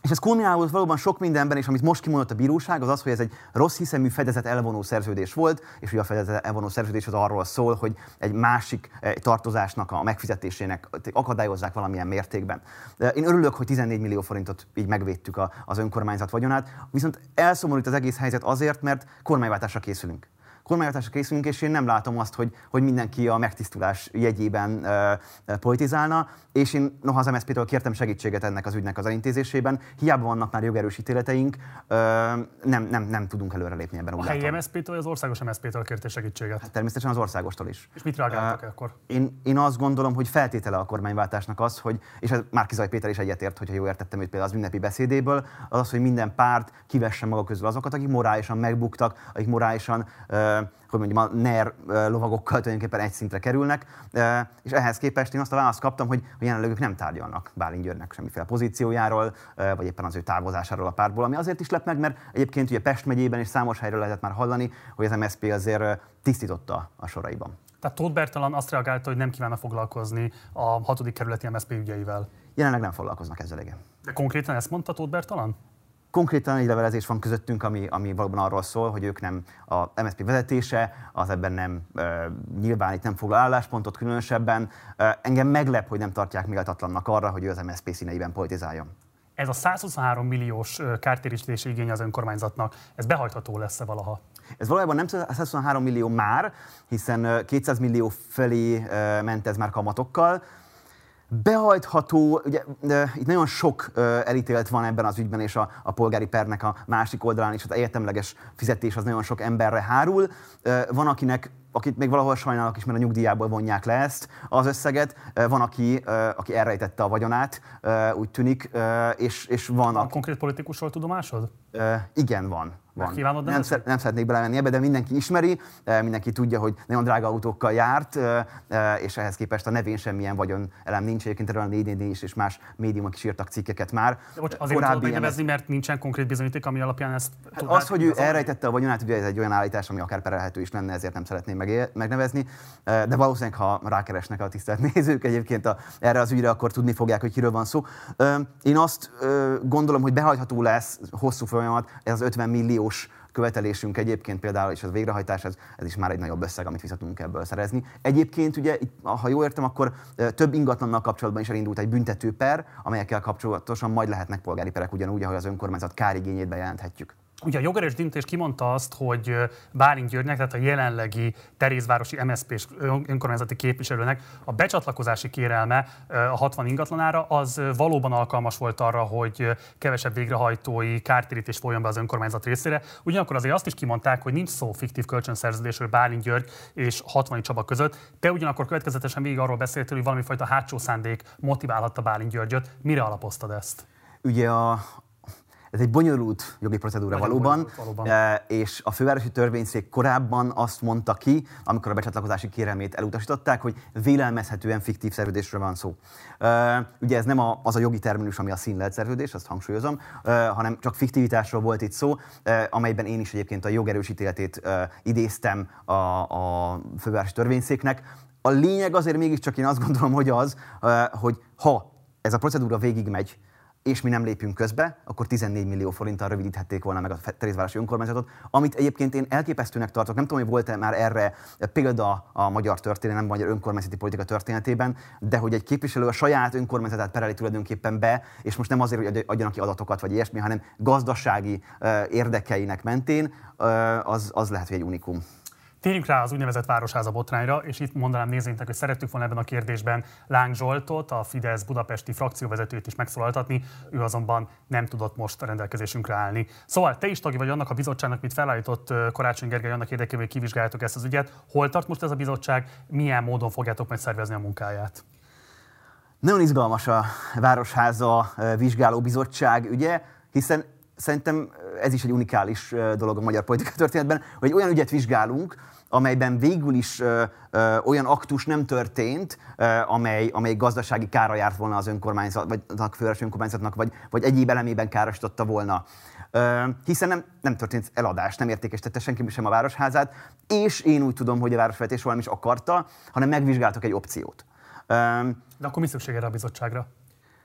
És ez kulminálódott valóban sok mindenben, és amit most kimondott a bíróság, az az, hogy ez egy rossz hiszemű fedezet elvonó szerződés volt, és ugye a fedezet elvonó szerződés az arról szól, hogy egy másik egy tartozásnak a megfizetésének akadályozzák valamilyen mértékben. Én örülök, hogy tizennégy millió forintot így megvédtük az önkormányzat vagyonát, viszont elszomorít az egész helyzet azért, mert kormányváltásra készülünk. Kormányváltásra készülünk, és én nem látom azt, hogy, hogy mindenki a megtisztulás jegyében uh, politizálna, és én noha az em es zé pé-től kértem segítséget ennek az ügynek az elintézésében, hiába vannak már jogerős ítéleteink, uh, nem, nem, nem tudunk előrelépni ebben. A helyi em es zé pé-től vagy az országos em es zé pé-től kértél segítséget? Hát természetesen az országostól is. És mit reagáltak uh, akkor? Én, én azt gondolom, hogy feltétele a kormányváltásnak az, hogy, és ez Márki-Zay Péter is egyetért, hogyha jól értettem őt például az ünnepi beszédéből, az az, hogy minden párt kivesse maga közül azokat, akik morálisan megbuktak, akik morálisan uh, hogy mondjam, a en e er lovagokkal tulajdonképpen egy szintre kerülnek, és ehhez képest én azt a választ kaptam, hogy jelenleg ők nem tárgyalnak Bálint Györgynek semmiféle pozíciójáról, vagy éppen az ő távozásáról a pártból, ami azért is lep meg, mert egyébként ugye Pest megyében és számos helyről lehetett már hallani, hogy az em es zé pé azért tisztította a soraiban. Tehát Tóth Bertalan azt reagálta, hogy nem kívánna foglalkozni a hatodik kerületi em es zé pé ügyeivel. Jelenleg nem foglalkoznak ezzel, igen. De konkrétan ezt mondta Tóth Bertalan? Konkrétan egy levelezés van közöttünk, ami, ami valóban arról szól, hogy ők nem, a em es zé pé vezetése, az ebben nem e, nyilván itt nem foglal álláspontot különösebben. E, engem meglep, hogy nem tartják méltatlannak arra, hogy ő az em es zé pé színeiben politizáljon. Ez a százhuszonhárom milliós kártérítési igény az önkormányzatnak, ez behajtható lesz-e valaha? Ez valójában nem százhuszonhárom millió már, hiszen kétszáz millió felé ment ez már kamatokkal. Behajtható, ugye itt nagyon sok elítélt van ebben az ügyben, és a, a polgári pernek a másik oldalán is az egyetemleges fizetés az nagyon sok emberre hárul. Van, akinek, akit még valahol sajnálok is, mert a nyugdíjából vonják le ezt az összeget. Van, aki, aki elrejtette a vagyonát, úgy tűnik, és, és van... A konkrét politikusról tudomásod? Igen, van. Van. Nem, szer- nem szeretnék belemenni ebbe, de mindenki ismeri, mindenki tudja, hogy nagyon drága autókkal járt, és ehhez képest a nevén semmilyen vagyon elem nincs. Egyébként erről a négy négy négy és más médiumok is írtak cikkeket már. De bocs, azért tudod megnevezni, mert nincsen konkrét bizonyíték, ami alapján ezt hát az, hogy ő elrejtette a vagyonát, ugye ez egy olyan állítás, ami akár perelhető is lenne, ezért nem szeretném megél- megnevezni. De valószínűleg, ha rákeresnek a tisztelt nézők egyébként a, erre az ügyre, akkor tudni fogják, hogy kiről van szó. Én azt gondolom, hogy behajtható lesz hosszú folyamat, ez az ötven milliós követelésünk egyébként például, és az végrehajtás, ez, ez is már egy nagyobb összeg, amit vissza tudunk ebből szerezni. Egyébként ugye, ha jól értem, akkor több ingatlannal kapcsolatban is elindult egy büntetőper, amelyekkel kapcsolatosan majd lehetnek polgári perek ugyanúgy, ahogy az önkormányzat kárigényét bejelenthetjük. Ugye a jogerős döntés kimondta azt, hogy Bálint Györgynek, tehát a jelenlegi Terézvárosi em es zé pés önkormányzati képviselőnek a becsatlakozási kérelme a hatvan ingatlanára az valóban alkalmas volt arra, hogy kevesebb végrehajtói kártérítés folyjon be az önkormányzat részére. Ugyanakkor azért azt is kimondták, hogy nincs szó fiktív kölcsönszerződésről Bálint György és Hatvani Csaba között. Te ugyanakkor következetesen végig arról beszéltél, hogy valami fajta hátsó szándék motiválhatta Bálint Györgyöt. Mire alapoztad ezt? Ugye a Ez egy bonyolult jogi procedúra Nagyon valóban, valóban, és a fővárosi törvényszék korábban azt mondta ki, amikor a becsatlakozási kérelmét elutasították, hogy vélelmezhetően fiktív szerződésről van szó. Ugye ez nem az a jogi terminus, ami a színlelt szerződés, azt hangsúlyozom, hanem csak fiktivitásról volt itt szó, amelyben én is egyébként a jogerős ítéletét idéztem a, a fővárosi törvényszéknek. A lényeg azért mégiscsak én azt gondolom, hogy az, hogy ha ez a procedúra végigmegy, és mi nem lépünk közbe, akkor tizennégy millió forinttal rövidíthették volna meg a Terézvárosi önkormányzatot, amit egyébként én elképesztőnek tartok. Nem tudom, hogy volt-e már erre példa a magyar történelem, magyar önkormányzati politika történetében, de hogy egy képviselő a saját önkormányzatát pereli tulajdonképpen be, és most nem azért, hogy adjanak ki adatokat vagy ilyesmi, hanem gazdasági érdekeinek mentén, az, az lehet, hogy egy unikum. Térjünk rá az úgynevezett városháza botrányra, és itt mondanám nézőinknek, hogy szerettük volna ebben a kérdésben Láng Zsoltot, a Fidesz budapesti frakcióvezetőt is megszólaltatni, ő azonban nem tudott most a rendelkezésünkre állni. Szóval te is tagja vagy annak a bizottságnak, amit felállított Karácsony Gergely annak érdekében, hogy kivizsgáljátok ezt az ügyet. Hol tart most ez a bizottság, milyen módon fogjátok majd szervezni a munkáját? Nagyon izgalmas a Városháza vizsgálóbizottság ügye, hiszen szerintem ez is egy unikális dolog a magyar politika történetben, hogy olyan ügyet vizsgálunk, amelyben végül is ö, ö, olyan aktus nem történt, ö, amely, amely gazdasági kára járt volna az önkormányzat, vagy a fővárosi önkormányzatnak, vagy, vagy egyéb elemében károsította volna. Ö, hiszen nem, nem történt eladás, nem értékesítette senki sem a Városházát, és én úgy tudom, hogy a városvezetés nem is akarta, hanem megvizsgáltak egy opciót. Ö, De akkor mi szükség erre a bizottságra?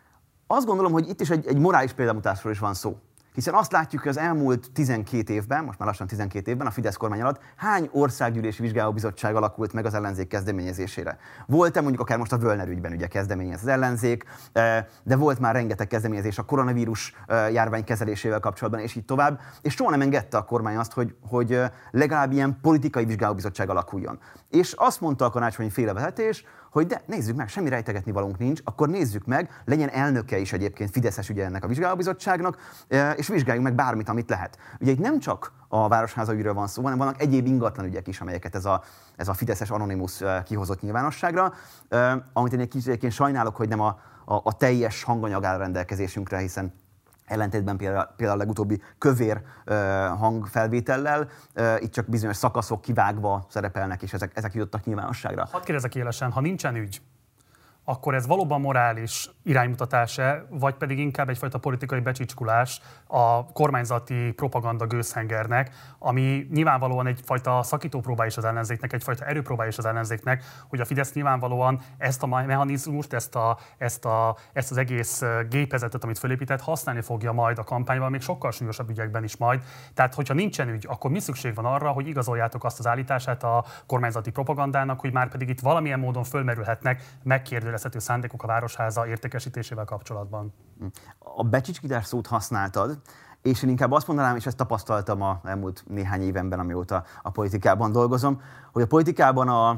Azt gondolom, hogy itt is egy, egy morális példamutásról is van szó. Hiszen azt látjuk, hogy az elmúlt tizenkét évben, most már lassan tizenkét évben, a Fidesz kormány alatt hány országgyűlési vizsgálóbizottság alakult meg az ellenzék kezdeményezésére. Volt-e mondjuk akár most a Völner ügyben ugye kezdeményez az ellenzék, de volt már rengeteg kezdeményezés a koronavírus járvány kezelésével kapcsolatban, és így tovább. És soha nem engedte a kormány azt, hogy, hogy legalább ilyen politikai vizsgálóbizottság alakuljon. És azt mondta a karácsonyi félevezetés, hogy de nézzük meg, semmi rejtegetni valónk nincs, akkor nézzük meg, legyen elnöke is egyébként fideszes ugye ennek a vizsgálóbizottságnak, és vizsgáljuk meg bármit, amit lehet. Ugye itt nem csak a Városháza ügyről van szó, hanem vannak egyéb ingatlan ügyek is, amelyeket ez a, ez a fideszes Anonymous kihozott nyilvánosságra, amit én egy kicsit sajnálok, hogy nem a, a, a teljes hanganyag áll rendelkezésünkre, hiszen ellentétben például, például a legutóbbi kövér uh, hangfelvétellel, uh, itt csak bizonyos szakaszok kivágva szerepelnek, és ezek, ezek jutottak nyilvánosságra. Hadd kérdezek élesen, ha nincsen ügy, akkor ez valóban morális iránymutatás-e, vagy pedig inkább egyfajta politikai becsicskulás a kormányzati propaganda gőzhengernek, ami nyilvánvalóan egyfajta szakítópróbá is az ellenzéknek, egyfajta erőpróbá is az ellenzéknek, hogy a Fidesz nyilvánvalóan ezt a mechanizmust, ezt, a, ezt, a, ezt az egész gépezetet, amit fölépített, használni fogja majd a kampányban, még sokkal súlyosabb ügyekben is majd. Tehát, hogyha nincsen ügy, akkor mi szükség van arra, hogy igazoljátok azt az állítását a kormányzati propagandának, hogy már pedig itt valamilyen módon fölmerülhetnek megkérdőjelezhető szándékok a Városháza értékesítésével kapcsolatban? A becsicskítás szót használtad, és én inkább azt mondanám, és ezt tapasztaltam az elmúlt néhány évenben, amióta a politikában dolgozom, hogy a politikában a,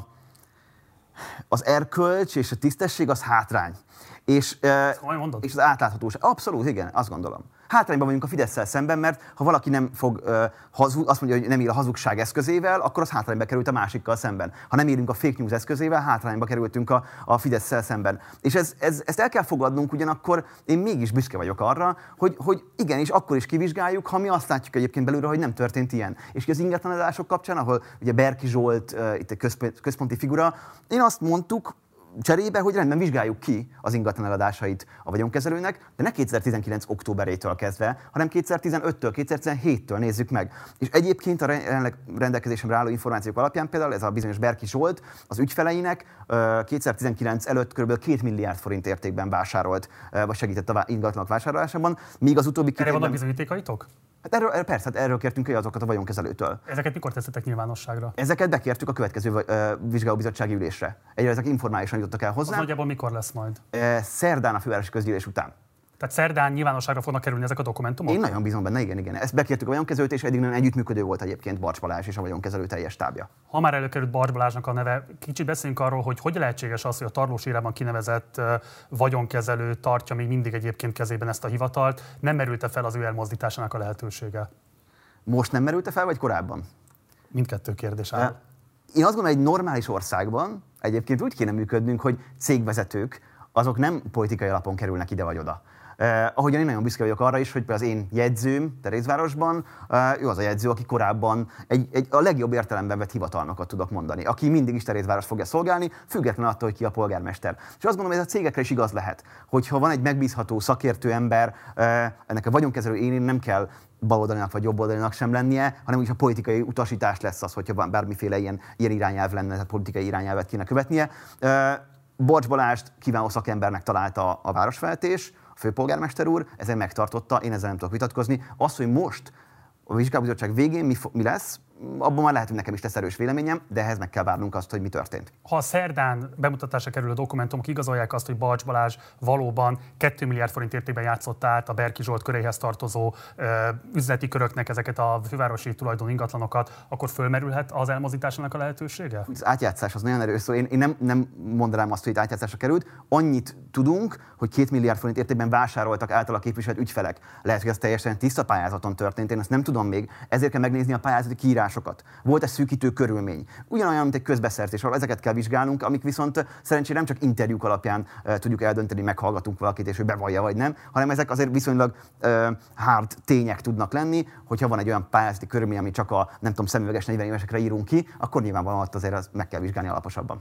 az erkölcs és a tisztesség az hátrány. És, és az átláthatóság. Abszolút, igen, azt gondolom. Hátrányban vagyunk a Fidesszel szemben, mert ha valaki nem fog uh, hazug, azt mondja, hogy nem ír a hazugság eszközével, akkor az hátrányba került a másikkal szemben. Ha nem írunk a fake news eszközével, hátrányba kerültünk a, a Fidesszel szemben. És ez, ez, ezt el kell fogadnunk, ugyanakkor én mégis büszke vagyok arra, hogy, hogy igenis, akkor is kivizsgáljuk, ha mi azt látjuk egyébként belülről, hogy nem történt ilyen. És az ingatlanadások kapcsán, ahol ugye Berki Zsolt, uh, itt egy központi figura, én azt mondtuk, cserébe, hogy rendben vizsgáljuk ki az ingatlan eladásait a vagyonkezelőnek, de ne kétezer-tizenkilenc októberétől kezdve, hanem kétezer-tizenöttől, kétezer-tizenhéttől nézzük meg. És egyébként a rendelkezésemre álló információk alapján például ez a bizonyos Berki Zsolt az ügyfeleinek kétezer-tizenkilenc előtt kb. két milliárd forint értékben vásárolt, vagy segített a ingatlanok vásárlásában, míg az utóbbi két évben... Erre vannak bizonyítékaitok? Hát erről, persze, hát erről kértünk azokat a vagyonkezelőtől. Ezeket mikor teszettek nyilvánosságra? Ezeket bekértük a következő uh, vizsgálóbizottsági ülésre. Egyre ezek informálisan jutottak el hozzá. Az nagyjából mikor lesz majd? Uh, szerdán a fővárosi közgyűlés után. Tehát szerdán nyilvánosságra fognak kerülni ezek a dokumentumok? Én nagyon bízom benne, igen, igen. Ezt bekértük a vagyonkezelőt, és eddig nagyon együttműködő volt egyébként Barcs Balázs és a vagyonkezelő teljes stábja. Ha már előkerült Barcs Balázsnak a neve, kicsit beszéljünk arról, hogy hogy lehetséges az, hogy a Tarlós érában kinevezett vagyonkezelő tartja még mindig egyébként kezében ezt a hivatalt. Nem merült-e fel az ő elmozdításának a lehetősége? Most nem merült-e fel, vagy korábban? Mindkettő kérdés áll. Én azt gondolom, hogy egy normális országban egyébként úgy kéne működnünk, hogy cégvezetők azok nem politikai alapon kerülnek ide vagy oda. Eh, ahogyan én nagyon büszke vagyok arra is, hogy az én jegyzőm Terézvárosban, eh, ő az a jegyző, aki korábban egy, egy, a legjobb értelemben vett hivatalnokat tudok mondani, aki mindig is Terézváros fogja szolgálni, függetlenül attól, hogy ki a polgármester. És azt gondolom, hogy ez a cégekre is igaz lehet, hogyha van egy megbízható szakértő ember, eh, ennek a vagyonkezelő én nem kell baloldalinak vagy jobboldalinak sem lennie, hanem is a politikai utasítás lesz az, hogyha bármiféle ilyen, ilyen irányelv lenne, tehát politikai irányelvet kéne követnie. Eh, Barcs Balást kiváló szakembernek találta a városvezetés, a főpolgármester úr, ezzel megtartotta, én ezzel nem tudok vitatkozni. Az, hogy most a vizsgálóbizottság végén mi, mi lesz, abban már lehet, hogy nekem is lesz erős véleményem, de ehhez meg kell várnunk azt, hogy mi történt. Ha a szerdán bemutatásra kerül a dokumentumok, igazolják azt, hogy Barcs Balázs valóban két milliárd forint értékben játszott át a Berki Zsolt köréhez tartozó ö, üzleti köröknek ezeket a fővárosi tulajdon ingatlanokat, akkor fölmerülhet az elmozdításának a lehetősége? Az átjátszás az nagyon erős szó. Én, én nem, nem mondanám azt, hogy itt átjátszásra került. Annyit tudunk, hogy két milliárd forint értékben vásároltak általa képviselt ügyfelek. Lehet, hogy ez teljesen tiszta pályázaton történt, én ezt nem tudom még. Ezért kell megnézni a pályázati kiírásokat. Volt egy szűkítő körülmény. Ugyanolyan, mint egy közbeszerzés, ahol ezeket kell vizsgálnunk, amik viszont szerencsére nem csak interjúk alapján uh, tudjuk eldönteni, meghallgatunk valakit, és ő bevallja vagy nem, hanem ezek azért viszonylag uh, hard tények tudnak lenni, hogyha van egy olyan pályázati körülmény, ami csak a nem tudom, szemüveges negyven évesekre írunk ki, akkor nyilvánvalóan azért azt meg kell vizsgálni alaposabban.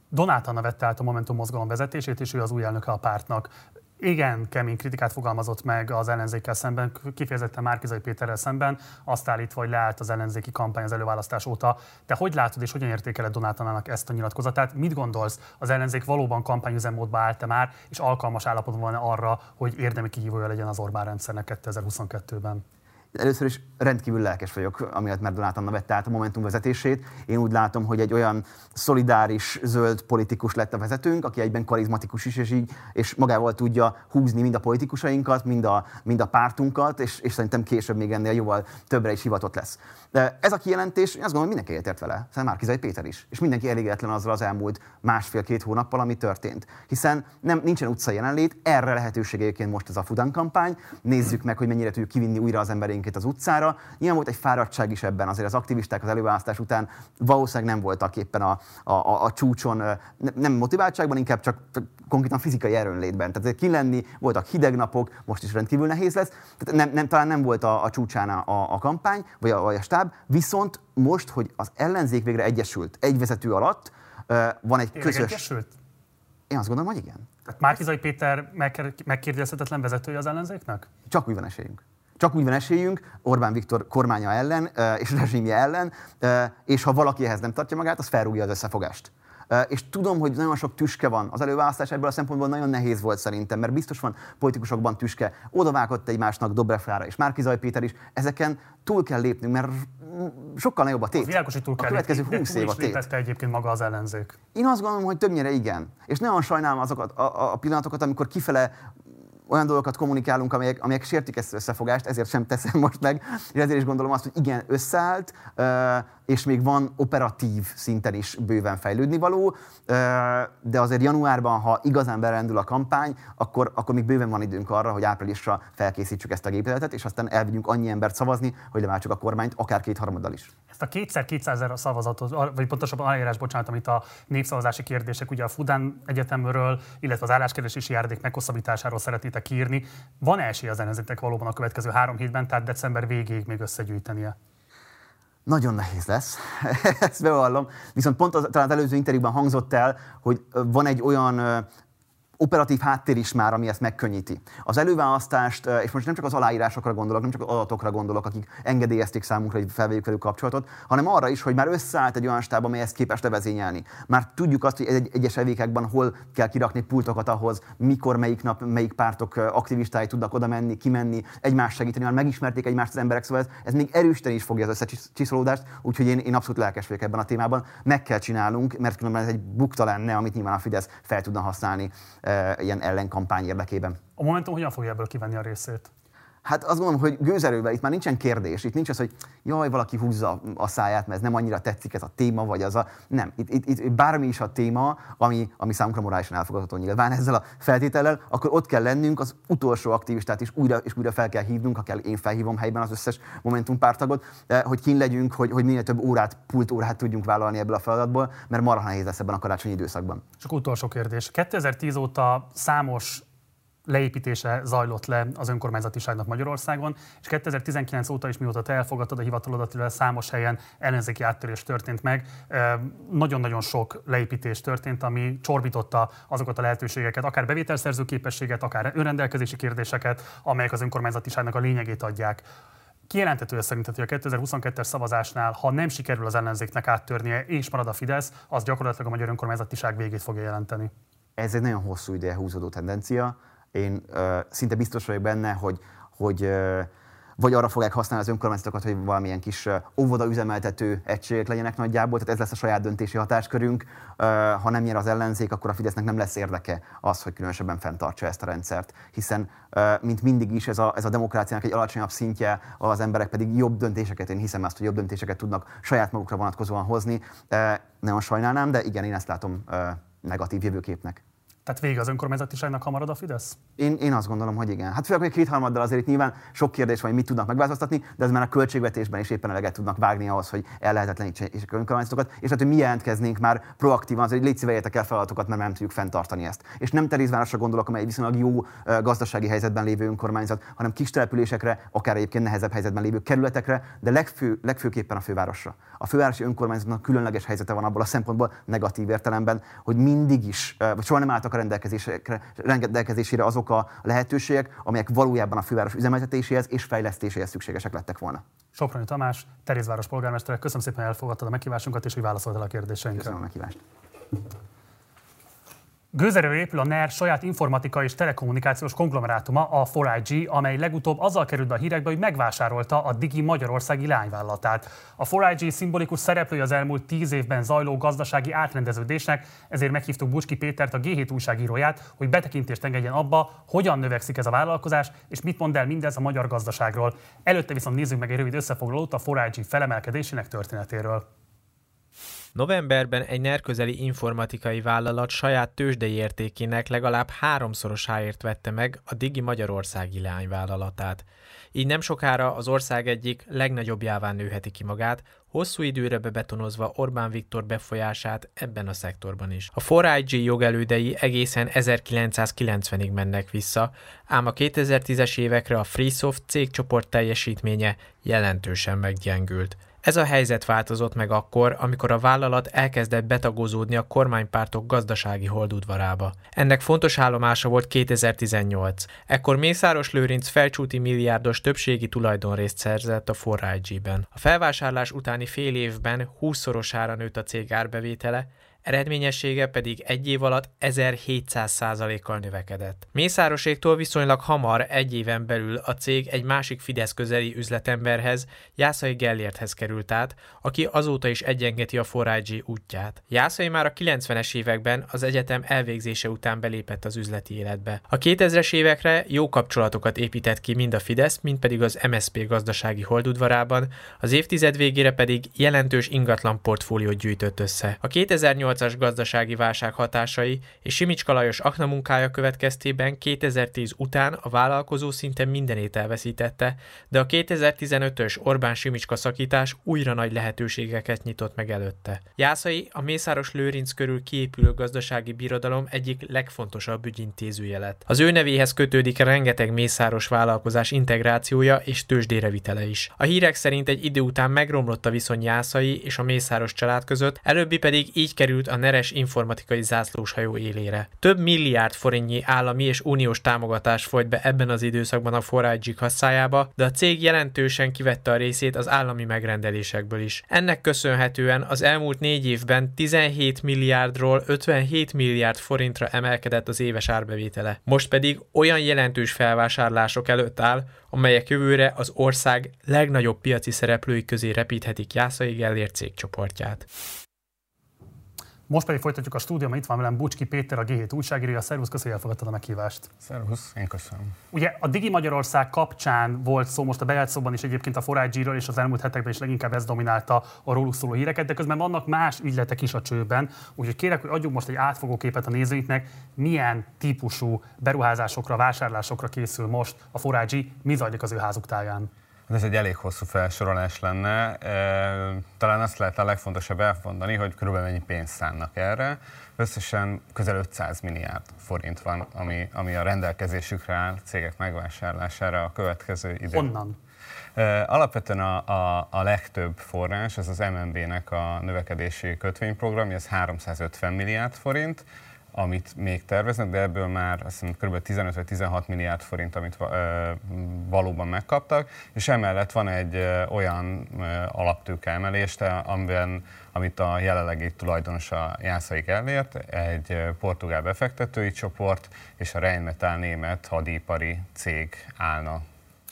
Donát Anna vette át a Momentum mozgalom vezetését, és ő az új elnöke a pártnak. Igen, kemény kritikát fogalmazott meg az ellenzékkel szemben, kifejezetten Márki-Zay Péterrel szemben, azt állítva, hogy leállt az ellenzéki kampány az előválasztás óta. Te hogy látod és hogyan értékeled Donát Annának ezt a nyilatkozatát? Mit gondolsz, az ellenzék valóban kampányüzemmódba állt-e már, és alkalmas állapotban van arra, hogy érdemi kihívója legyen az Orbán rendszernek kétezer-huszonkettőben? Először is rendkívül lelkes vagyok, amiatt mert Donát Anna vette át a Momentum vezetését. Én úgy látom, hogy egy olyan szolidáris, zöld politikus lett a vezetőnk, aki egyben karizmatikus is, és, így, és magával tudja húzni mind a politikusainkat, mind a, mind a pártunkat, és, és szerintem később még ennél jóval többre is hivatott lesz. De ez a kijelentés, én azt gondolom, hogy mindenki egyetért vele, hiszen Márki-Zay Péter is. És mindenki elégedetlen azzal az elmúlt másfél-két hónappal, ami történt. Hiszen nem, nincsen utcai jelenlét, erre lehetőség egyébként most ez a Fudan kampány. Nézzük meg, hogy mennyire tudjuk kivinni újra az embereinket az utcára. Nyilván volt egy fáradtság is ebben, azért az aktivisták az előválasztás után valószínűleg nem voltak éppen a, a, a, a csúcson, nem motiváltságban, inkább csak konkrétan fizikai erőnlétben. Tehát ki lenni, voltak hideg napok, most is rendkívül nehéz lesz. Tehát nem, nem, talán nem volt a, a csúcsán a, a kampány, vagy a, vagy a stáb, viszont most, hogy az ellenzék végre egyesült egy vezető alatt, van egy Tényleg közös... Egyesült? Én azt gondolom, hogy igen. Tehát Márki-Zay Péter megkérdezhetetlen vezetője az ellenzéknek? Csak úgy van esélyünk. Csak úgy van esélyünk Orbán Viktor kormánya ellen és rezsimje ellen, és ha valaki ehhez nem tartja magát, az felrúgja az összefogást. És tudom, hogy nagyon sok tüske van az előválasztás, ebből a szempontból nagyon nehéz volt szerintem, mert biztos van politikusokban tüske, odavágott egymásnak Dobrev Klára és Márki-Zay Péter is, ezeken túl kell lépnünk, mert sokkal nagyobb a tét. Világos, hogy túl kell a következő lépni, húsz év a tét. Lépette egyébként maga az ellenzék. Én azt gondolom, hogy többnyire igen. És nagyon sajnálom azokat a, a pillanatokat, amikor kifele olyan dolgokat kommunikálunk, amelyek, amelyek sértik ezt az összefogást, ezért sem teszem most meg, és ezért is gondolom azt, hogy igen, összeállt, és még van operatív szinten is bőven fejlődni való, de azért januárban, ha igazán berendül a kampány, akkor, akkor még bőven van időnk arra, hogy áprilisra felkészítsük ezt a gépjelenetet, és aztán elvigyünk annyi embert szavazni, hogy leváltsuk a kormányt, akár kétharmaddal is. Ezt a kétszer kétszázezer szavazatot, vagy pontosabban aláírás, bocsánat, amit a népszavazási kérdések ugye a Fudan Egyetemről, illetve az álláskeresési járadék meghosszabbításáról szeretnétek kiírni. Van esély az ellenzéknek valóban a következő három hétben, tehát december végéig még összegyűjtenie? Nagyon nehéz lesz, ezt bevallom. Viszont pont az, talán az előző interjúban hangzott el, hogy van egy olyan operatív háttér is már, ami ezt megkönnyíti. Az előválasztást, és most nem csak az aláírásokra gondolok, nem csak az adatokra gondolok, akik engedélyezték számunkra, hogy felvegyük velük kapcsolatot, hanem arra is, hogy már összeállt egy olyan stáb, amely ezt képes levezényelni. Már tudjuk azt, hogy egy egyes evékekben hol kell kirakni pultokat ahhoz, mikor, melyik nap, melyik pártok aktivistái tudnak oda menni, kimenni, egymást segíteni, már megismerték egymást az emberek, szóval ez, ez még erősíteni is fogja az összecsiszolódást, úgyhogy én, én abszolút lelkes vagyok ebben a témában. Meg kell csinálnunk, mert különben ez egy bukta lenne, amit nyilván a Fidesz fel tudna használni ilyen ellenkampány érdekében. A Momentum hogyan fogja ebből kivenni a részét? Hát azt gondolom, hogy gőzerővel itt már nincsen kérdés. Itt nincs az, hogy jaj, valaki húzza a száját, mert ez nem annyira tetszik ez a téma, vagy az a... Nem. Itt, itt, itt bármi is a téma, ami, ami számunkra morálisan elfogadható nyilván ezzel a feltétellel, akkor ott kell lennünk, az utolsó aktivistát is újra és újra fel kell hívnunk, ha kell, én felhívom helyben az összes Momentum párttagot, hogy kint legyünk, hogy, hogy minél több órát, pult órát tudjunk vállalni ebből a feladatból, mert marha nehéz lesz ebben a karácsonyi időszakban. Csak utolsó kérdés. kétezer-tíz óta számos leépítése zajlott le az önkormányzatiságnak Magyarországon, és kétezer-tizenkilenc óta is, mióta te elfogadtad a hivatalodat, illetve számos helyen ellenzéki áttörés történt meg. Nagyon-nagyon sok leépítés történt, ami csorbította azokat a lehetőségeket, akár bevételszerző képességet, akár önrendelkezési kérdéseket, amelyek az önkormányzatiságnak a lényegét adják. Kijelenthető szerinted, hogy a kétezer-huszonkettes szavazásnál, ha nem sikerül az ellenzéknek áttörnie, és marad a Fidesz, az gyakorlatilag a magyar önkormányzatiság végét fogja jelenteni? Ez egy nagyon hosszú ideje húzódó tendencia. Én uh, szinte biztos vagyok benne, hogy, hogy uh, vagy arra fogják használni az önkormányzatokat, hogy valamilyen kis uh, óvoda üzemeltető egységek legyenek nagyjából, tehát ez lesz a saját döntési hatáskörünk. Uh, ha nem nyer az ellenzék, akkor a Fidesznek nem lesz érdeke az, hogy különösebben fenntartsa ezt a rendszert, hiszen uh, mint mindig is ez a, ez a demokráciának egy alacsonyabb szintje, az emberek pedig jobb döntéseket, én hiszem azt, hogy jobb döntéseket tudnak saját magukra vonatkozóan hozni. Uh, nagyon sajnálnám, de igen, én ezt látom uh, negatív jövőképnek. Tehát vége az önkormányzatiságnak, ha marad a Fidesz? Én, én azt gondolom, hogy igen. Hát főleg, hogy kétharmaddal azért itt nyilván sok kérdés van, hogy mit tudnak megváltoztatni, de ez már a költségvetésben is éppen eleget tudnak vágni ahhoz, hogy ellehetetlenítsék önkormányzatokat, és hát, hogy mi jelentkeznénk már proaktívan, az, hogy légy szíveljétek el feladatokat, mert nem tudjuk fenntartani ezt. És nem Terézvárosra gondolok, amely egy viszonylag jó gazdasági helyzetben lévő önkormányzat, hanem kis településekre, akár egyébként nehezebb helyzetben lévő kerületekre, de legfő, legfőképpen a fővárosra. A fővárosi önkormányzatnak különleges helyzete van abból a szempontból, negatív értelemben, hogy mindig is, vagy soha nem álltak a rendelkezésére azok a lehetőségek, amelyek valójában a főváros üzemeltetéséhez és fejlesztéséhez szükségesek lettek volna. Soproni Tamás, Terézváros polgármestere, köszönöm szépen, hogy elfogadtad a meghívásunkat, és hogy válaszoltál a kérdéseinkre. Köszönöm a meghívást. Gőzerőre épül a NER saját informatikai és telekommunikációs konglomerátuma, a négy i gé, amely legutóbb azzal került be a hírekbe, hogy megvásárolta a Digi magyarországi leányvállalatát. A négy i gé szimbolikus szereplője az elmúlt tíz évben zajló gazdasági átrendeződésnek, ezért meghívtuk Bucski Pétert, a gé hét újságíróját, hogy betekintést engedjen abba, hogyan növekszik ez a vállalkozás, és mit mond el mindez a magyar gazdaságról. Előtte viszont nézzük meg egy rövid összefoglalót a négy i gé felemelkedésének történetéről. Novemberben egy NER közeli informatikai vállalat saját tőzsdei értékének legalább háromszorosáért vette meg a Digi magyarországi leányvállalatát. Így nem sokára az ország egyik legnagyobbjává nőheti ki magát, hosszú időre bebetonozva Orbán Viktor befolyását ebben a szektorban is. A négy i gé jogelődei egészen ezerkilencszázkilencvenig mennek vissza, ám a kétezer-tízes évekre a Freesoft cégcsoport teljesítménye jelentősen meggyengült. Ez a helyzet változott meg akkor, amikor a vállalat elkezdett betagozódni a kormánypártok gazdasági holdudvarába. Ennek fontos állomása volt kétezer-tizennyolc. Ekkor Mészáros Lőrinc felcsúti milliárdos többségi tulajdonrészt szerzett a négy i gében. A felvásárlás utáni fél évben húszszorosára nőtt a cég árbevétele, eredményessége pedig egy év alatt ezerhétszáz százalékkal növekedett. Mészároséktól viszonylag hamar, egy éven belül a cég egy másik Fidesz közeli üzletemberhez, Jászai Gellérthez került át, aki azóta is egyengeti a négy i gé útját. Jászai már a kilencvenes években az egyetem elvégzése után belépett az üzleti életbe. A kétezres évekre jó kapcsolatokat épített ki mind a Fidesz, mind pedig az em es zé pé gazdasági holdudvarában, az évtized végére pedig jelentős ingatlan portfóliót gyűjtött össze. A kétezer-nyolcas gazdasági válság hatásai és Simicska Lajos aknamunkája következtében kétezer-tíz után a vállalkozó szinte mindenét elveszítette, de a kétezer-tizenötös Orbán-Simicska szakítás újra nagy lehetőségeket nyitott meg előtte. Jászai a Mészáros Lőrinc körül kiépülő gazdasági birodalom egyik legfontosabb ügyintézője lett. Az ő nevéhez kötődik rengeteg mészáros vállalkozás integrációja és tőzsdére vitele is. A hírek szerint egy idő után megromlott a viszony Jászai és a Mészáros család között, előbbi pedig így került a neres informatikai zászlóshajó élére. Több milliárd forintnyi állami és uniós támogatás folyt be ebben az időszakban a négy i gé kasszájába, de a cég jelentősen kivette a részét az állami megrendelésekből is. Ennek köszönhetően az elmúlt négy évben tizenhét milliárdról ötvenhét milliárd forintra emelkedett az éves árbevétele. Most pedig olyan jelentős felvásárlások előtt áll, amelyek jövőre az ország legnagyobb piaci szereplői közé repíthetik Jászai Gellért cégcsoportját. Most pedig folytatjuk a stúdióban, itt van velem Bucski Péter, a gé hét újságírója. Szervusz, köszönjük, hogy elfogadtad a meghívást. Szervusz, én köszönöm. Ugye a Digi Magyarország kapcsán volt szó most a bejátszóban is egyébként a négy i gé-ről, és az elmúlt hetekben is leginkább ez dominálta a róluk szóló híreket, de közben vannak más ügyletek is a csőben, úgyhogy kérek, hogy adjunk most egy átfogó képet a nézőinknek, milyen típusú beruházásokra, vásárlásokra készül most a négy i gé, mi zajlik az ő házuk táján. Ez egy elég hosszú felsorolás lenne. Talán azt lehet a legfontosabb elmondani, hogy körülbelül mennyi pénzt szánnak erre. Összesen közel ötszáz milliárd forint van, ami, ami a rendelkezésükre áll cégek megvásárlására a következő időben. Honnan? Alapvetően a, a, a legtöbb forrás, ez az em en bé-nek a növekedési kötvényprogramja, ez háromszázötven milliárd forint, amit még terveznek, de ebből már azt hiszem kb. tizenöt vagy tizenhat milliárd forint, amit ö, valóban megkaptak, és emellett van egy ö, olyan ö, alaptőke emelést, amiben, amit a jelenlegi tulajdonosa Jászai Gellért, egy ö, portugál befektetői csoport és a Rheinmetall német hadipari cég állna.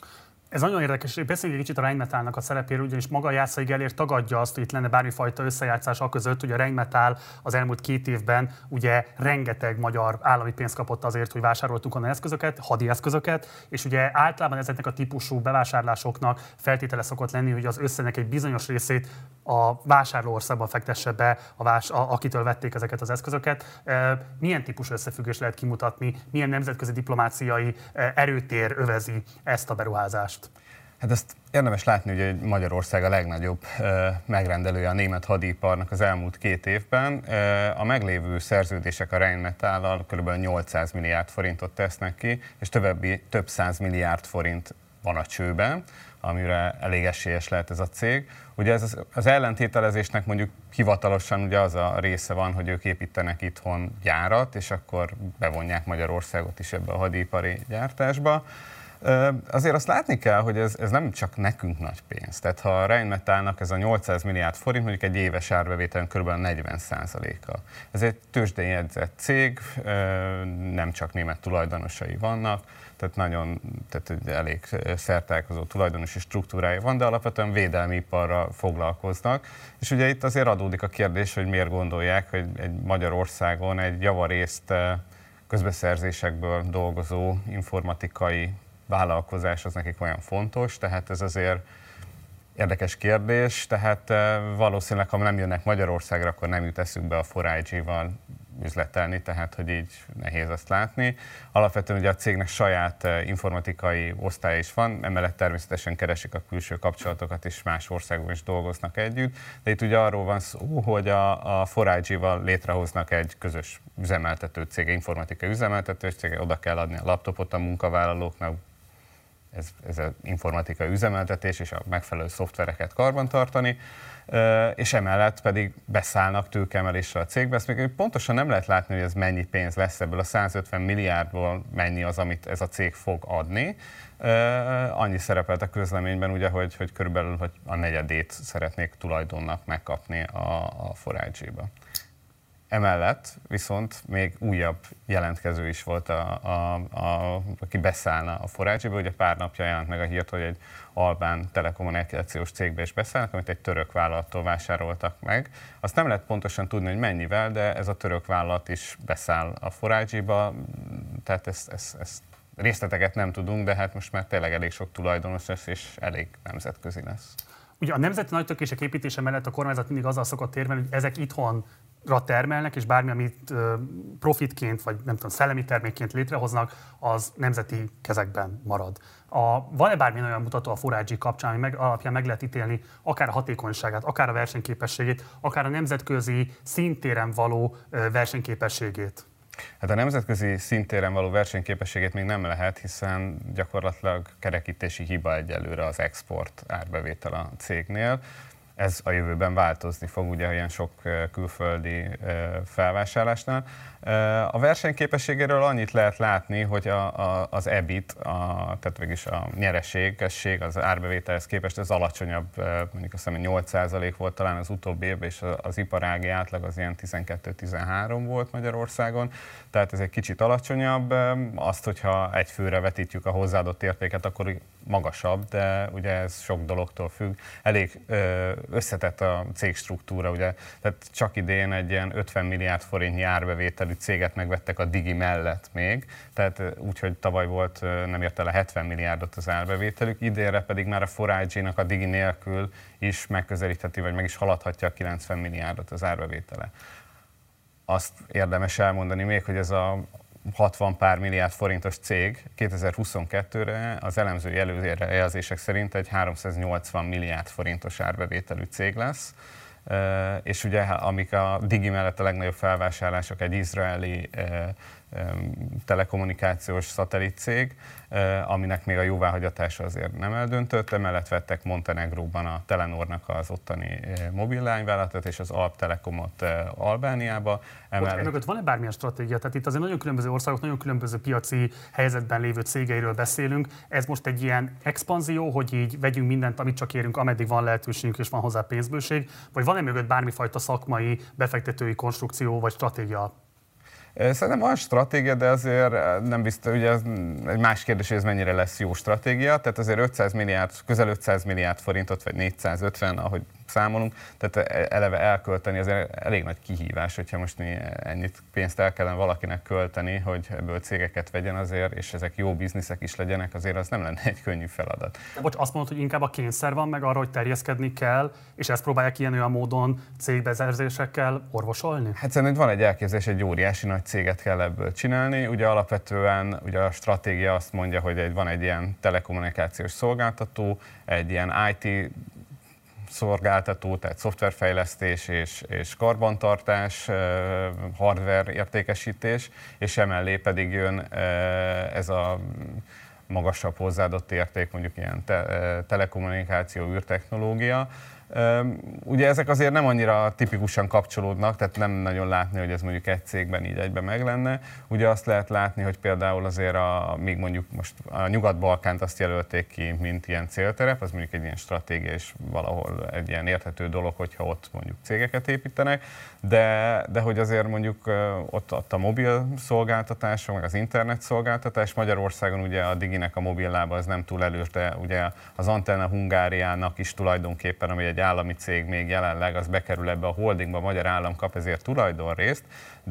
Ez nagyon érdekes, hogy beszéljünk egy kicsit a Rheinmetallnak a szerepéről, ugyanis maga Jászai Gellér tagadja azt, hogy itt lenne bármifajta összejátszás a között, hogy a Rheinmetall az elmúlt két évben ugye rengeteg magyar állami pénzt kapott azért, hogy vásároltunk onnan eszközöket, hadi eszközöket, és ugye általában ezeknek a típusú bevásárlásoknak feltétele szokott lenni, hogy az összegnek egy bizonyos részét a vásárló országban fektesse be, a vás, a, akitől vették ezeket az eszközöket. Milyen típusú összefüggés lehet kimutatni, milyen nemzetközi diplomáciai erőtér övezi ezt a beruházást? Hát ezt érdemes látni, hogy Magyarország a legnagyobb megrendelője a német hadiiparnak az elmúlt két évben. A meglévő szerződések a Rheinmetalllal kb. nyolcszáz milliárd forintot tesznek ki, és többi, több száz milliárd forint van a csőben, amire elég esélyes lehet ez a cég. Ugye ez az, az ellentételezésnek mondjuk hivatalosan ugye az a része van, hogy ők építenek itthon gyárat, és akkor bevonják Magyarországot is ebbe a hadipari gyártásba. Azért azt látni kell, hogy ez, ez nem csak nekünk nagy pénz. Tehát ha a Rheinmetallnak ez a nyolcszáz milliárd forint, mondjuk egy éves árbevételen kb. negyven százaléka. Ez egy tőzsdén jegyzett cég, nem csak német tulajdonosai vannak, tehát nagyon tehát elég szerteágazó tulajdonosi struktúrája van, de alapvetően védelmi iparral foglalkoznak. És ugye itt azért adódik a kérdés, hogy miért gondolják, hogy egy Magyarországon egy javarészt közbeszerzésekből dolgozó informatikai vállalkozás az nekik olyan fontos, tehát ez azért érdekes kérdés, tehát valószínűleg, ha nem jönnek Magyarországra, akkor nem jut eszükbe a four I G-val üzletelni, tehát hogy így nehéz azt látni. Alapvetően ugye a cégnek saját informatikai osztálya is van, emellett természetesen keresik a külső kapcsolatokat, és más országban is dolgoznak együtt, de itt ugye arról van szó, hogy a, a four I G-val létrehoznak egy közös üzemeltető cég, informatikai üzemeltető cég, oda kell adni a laptopot a munkavállalóknak, ez, ez az informatikai üzemeltetés és a megfelelő szoftvereket karbantartani, és emellett pedig beszállnak tőkeemelésre a cégbe. Ezt még pontosan nem lehet látni, hogy ez mennyi pénz lesz ebből a százötven milliárdból, mennyi az, amit ez a cég fog adni. Annyi szerepelt a közleményben, ugye, hogy, hogy körülbelül hogy a negyedét szeretnék tulajdonnak megkapni a, a four I G-ba. Emellett viszont még újabb jelentkező is volt, a, a, a, aki beszállna a four I G-be. Ugye pár napja jelent meg a hírt, hogy egy albán telekommunikációs cégbe is beszállnak, amit egy török vállalattól vásároltak meg. Azt nem lehet pontosan tudni, hogy mennyivel, de ez a török vállalat is beszáll a four I G-ba, tehát ezt, ezt, ezt részleteket nem tudunk, de hát most már tényleg elég sok tulajdonos lesz, és elég nemzetközi lesz. Ugye a nemzeti nagytőkések építése mellett a kormányzat mindig azzal szokott érvelni, hogy ezek itthonra termelnek, és bármi, amit profitként, vagy nem tudom, szellemi termékként létrehoznak, az nemzeti kezekben marad. A, van-e bármilyen olyan mutató a four I G kapcsán, ami meg, alapján meg lehet ítélni akár a hatékonyságát, akár a versenyképességét, akár a nemzetközi szintéren való versenyképességét? Hát a nemzetközi szintéren való versenyképességét még nem lehet, hiszen gyakorlatilag kerekítési hiba egyelőre az export árbevétel a cégnél. Ez a jövőben változni fog, ugye ilyen sok külföldi felvásárlásnál. A versenyképességéről annyit lehet látni, hogy a, a, az E B I T, a, tehát végülis a nyereségesség az árbevételhez képest az alacsonyabb, mondjuk azt hiszem nyolc százalék volt talán az utóbbi évben, és az iparági átlag az ilyen tizenkettő-tizenhárom volt Magyarországon, tehát ez egy kicsit alacsonyabb. Azt, hogyha egy főre vetítjük a hozzáadott értéket, akkor magasabb, de ugye ez sok dologtól függ. Elég összetett a cégstruktúra, ugye, tehát csak idén egy ilyen ötven milliárd forintnyi árbevételű céget megvettek a Digi mellett még, tehát úgyhogy tavaly volt, nem ért el a hetven milliárdot az árbevételük, idénre pedig már a four I G-nak a Digi nélkül is megközelítheti, vagy meg is haladhatja a kilencven milliárdot az árbevétele. Azt érdemes elmondani még, hogy ez a hatvan pár milliárd forintos cég kétezer-huszonkettőre az elemzői előrejelzések szerint egy háromszáznyolcvan milliárd forintos árbevételű cég lesz, és ugye amik a Digi mellett a legnagyobb felvásárlások egy izraeli telekommunikációs szatellitcég, aminek még a jóváhagyatása azért nem eldöntött, emellett vettek Montenegróban a Telenornak az ottani mobillányvállalatot és az Alp Telekomot Albániába. Emellett... Emögött van-e bármilyen stratégia? Tehát itt azért nagyon különböző országok, nagyon különböző piaci helyzetben lévő cégeiről beszélünk. Ez most egy ilyen expanzió, hogy így vegyünk mindent, amit csak érünk, ameddig van lehetőségünk és van hozzá pénzbőség, vagy van-e mögött bármifajta szakmai, befektetői konstrukció vagy stratégia? Szerintem van stratégia, de azért nem biztos, ugye ez egy más kérdés, hogy ez mennyire lesz jó stratégia. Tehát azért ötszáz milliárd, közel ötszáz milliárd forintot, vagy négyszázötven, ahogy számolunk, tehát eleve elkölteni azért elég nagy kihívás, hogyha most mi ennyit pénzt el kellene valakinek költeni, hogy ebből cégeket vegyen azért, és ezek jó bizniszek is legyenek, azért az nem lenne egy könnyű feladat. De bocs, azt mondod, hogy inkább a kényszer van meg arra, hogy terjeszkedni kell, és ezt próbálják ilyen olyan módon cégbeszerzésekkel orvosolni? Hát szerintem van egy elképzelés, egy óriási nagy céget kell ebből csinálni. Ugye alapvetően ugye a stratégia azt mondja, hogy egy, van egy ilyen telekommunikációs szolgáltató, egy ilyen i té szolgáltató, tehát szoftverfejlesztés és, és karbantartás, hardware értékesítés, és emellé pedig jön ez a magasabb hozzáadott érték, mondjuk ilyen te, telekommunikáció, űrtechnológia. Ugye ezek azért nem annyira tipikusan kapcsolódnak, tehát nem nagyon látni, hogy ez mondjuk egy cégben így egyben meg lenne. Ugye azt lehet látni, hogy például azért a, még mondjuk most a Nyugat-Balkánt azt jelölték ki, mint ilyen célterep, az mondjuk egy ilyen stratégia és valahol egy ilyen érthető dolog, hogyha ott mondjuk cégeket építenek, de, de hogy azért mondjuk ott, ott a mobil szolgáltatás, meg az internet szolgáltatás, Magyarországon ugye a Diginek a mobillába az nem túl elős, de ugye az Antenna Hungáriának is tulajdonképpen, ami egy állami cég még jelenleg, az bekerül ebbe a holdingba, a magyar állam kap ezért tulajdonrészt,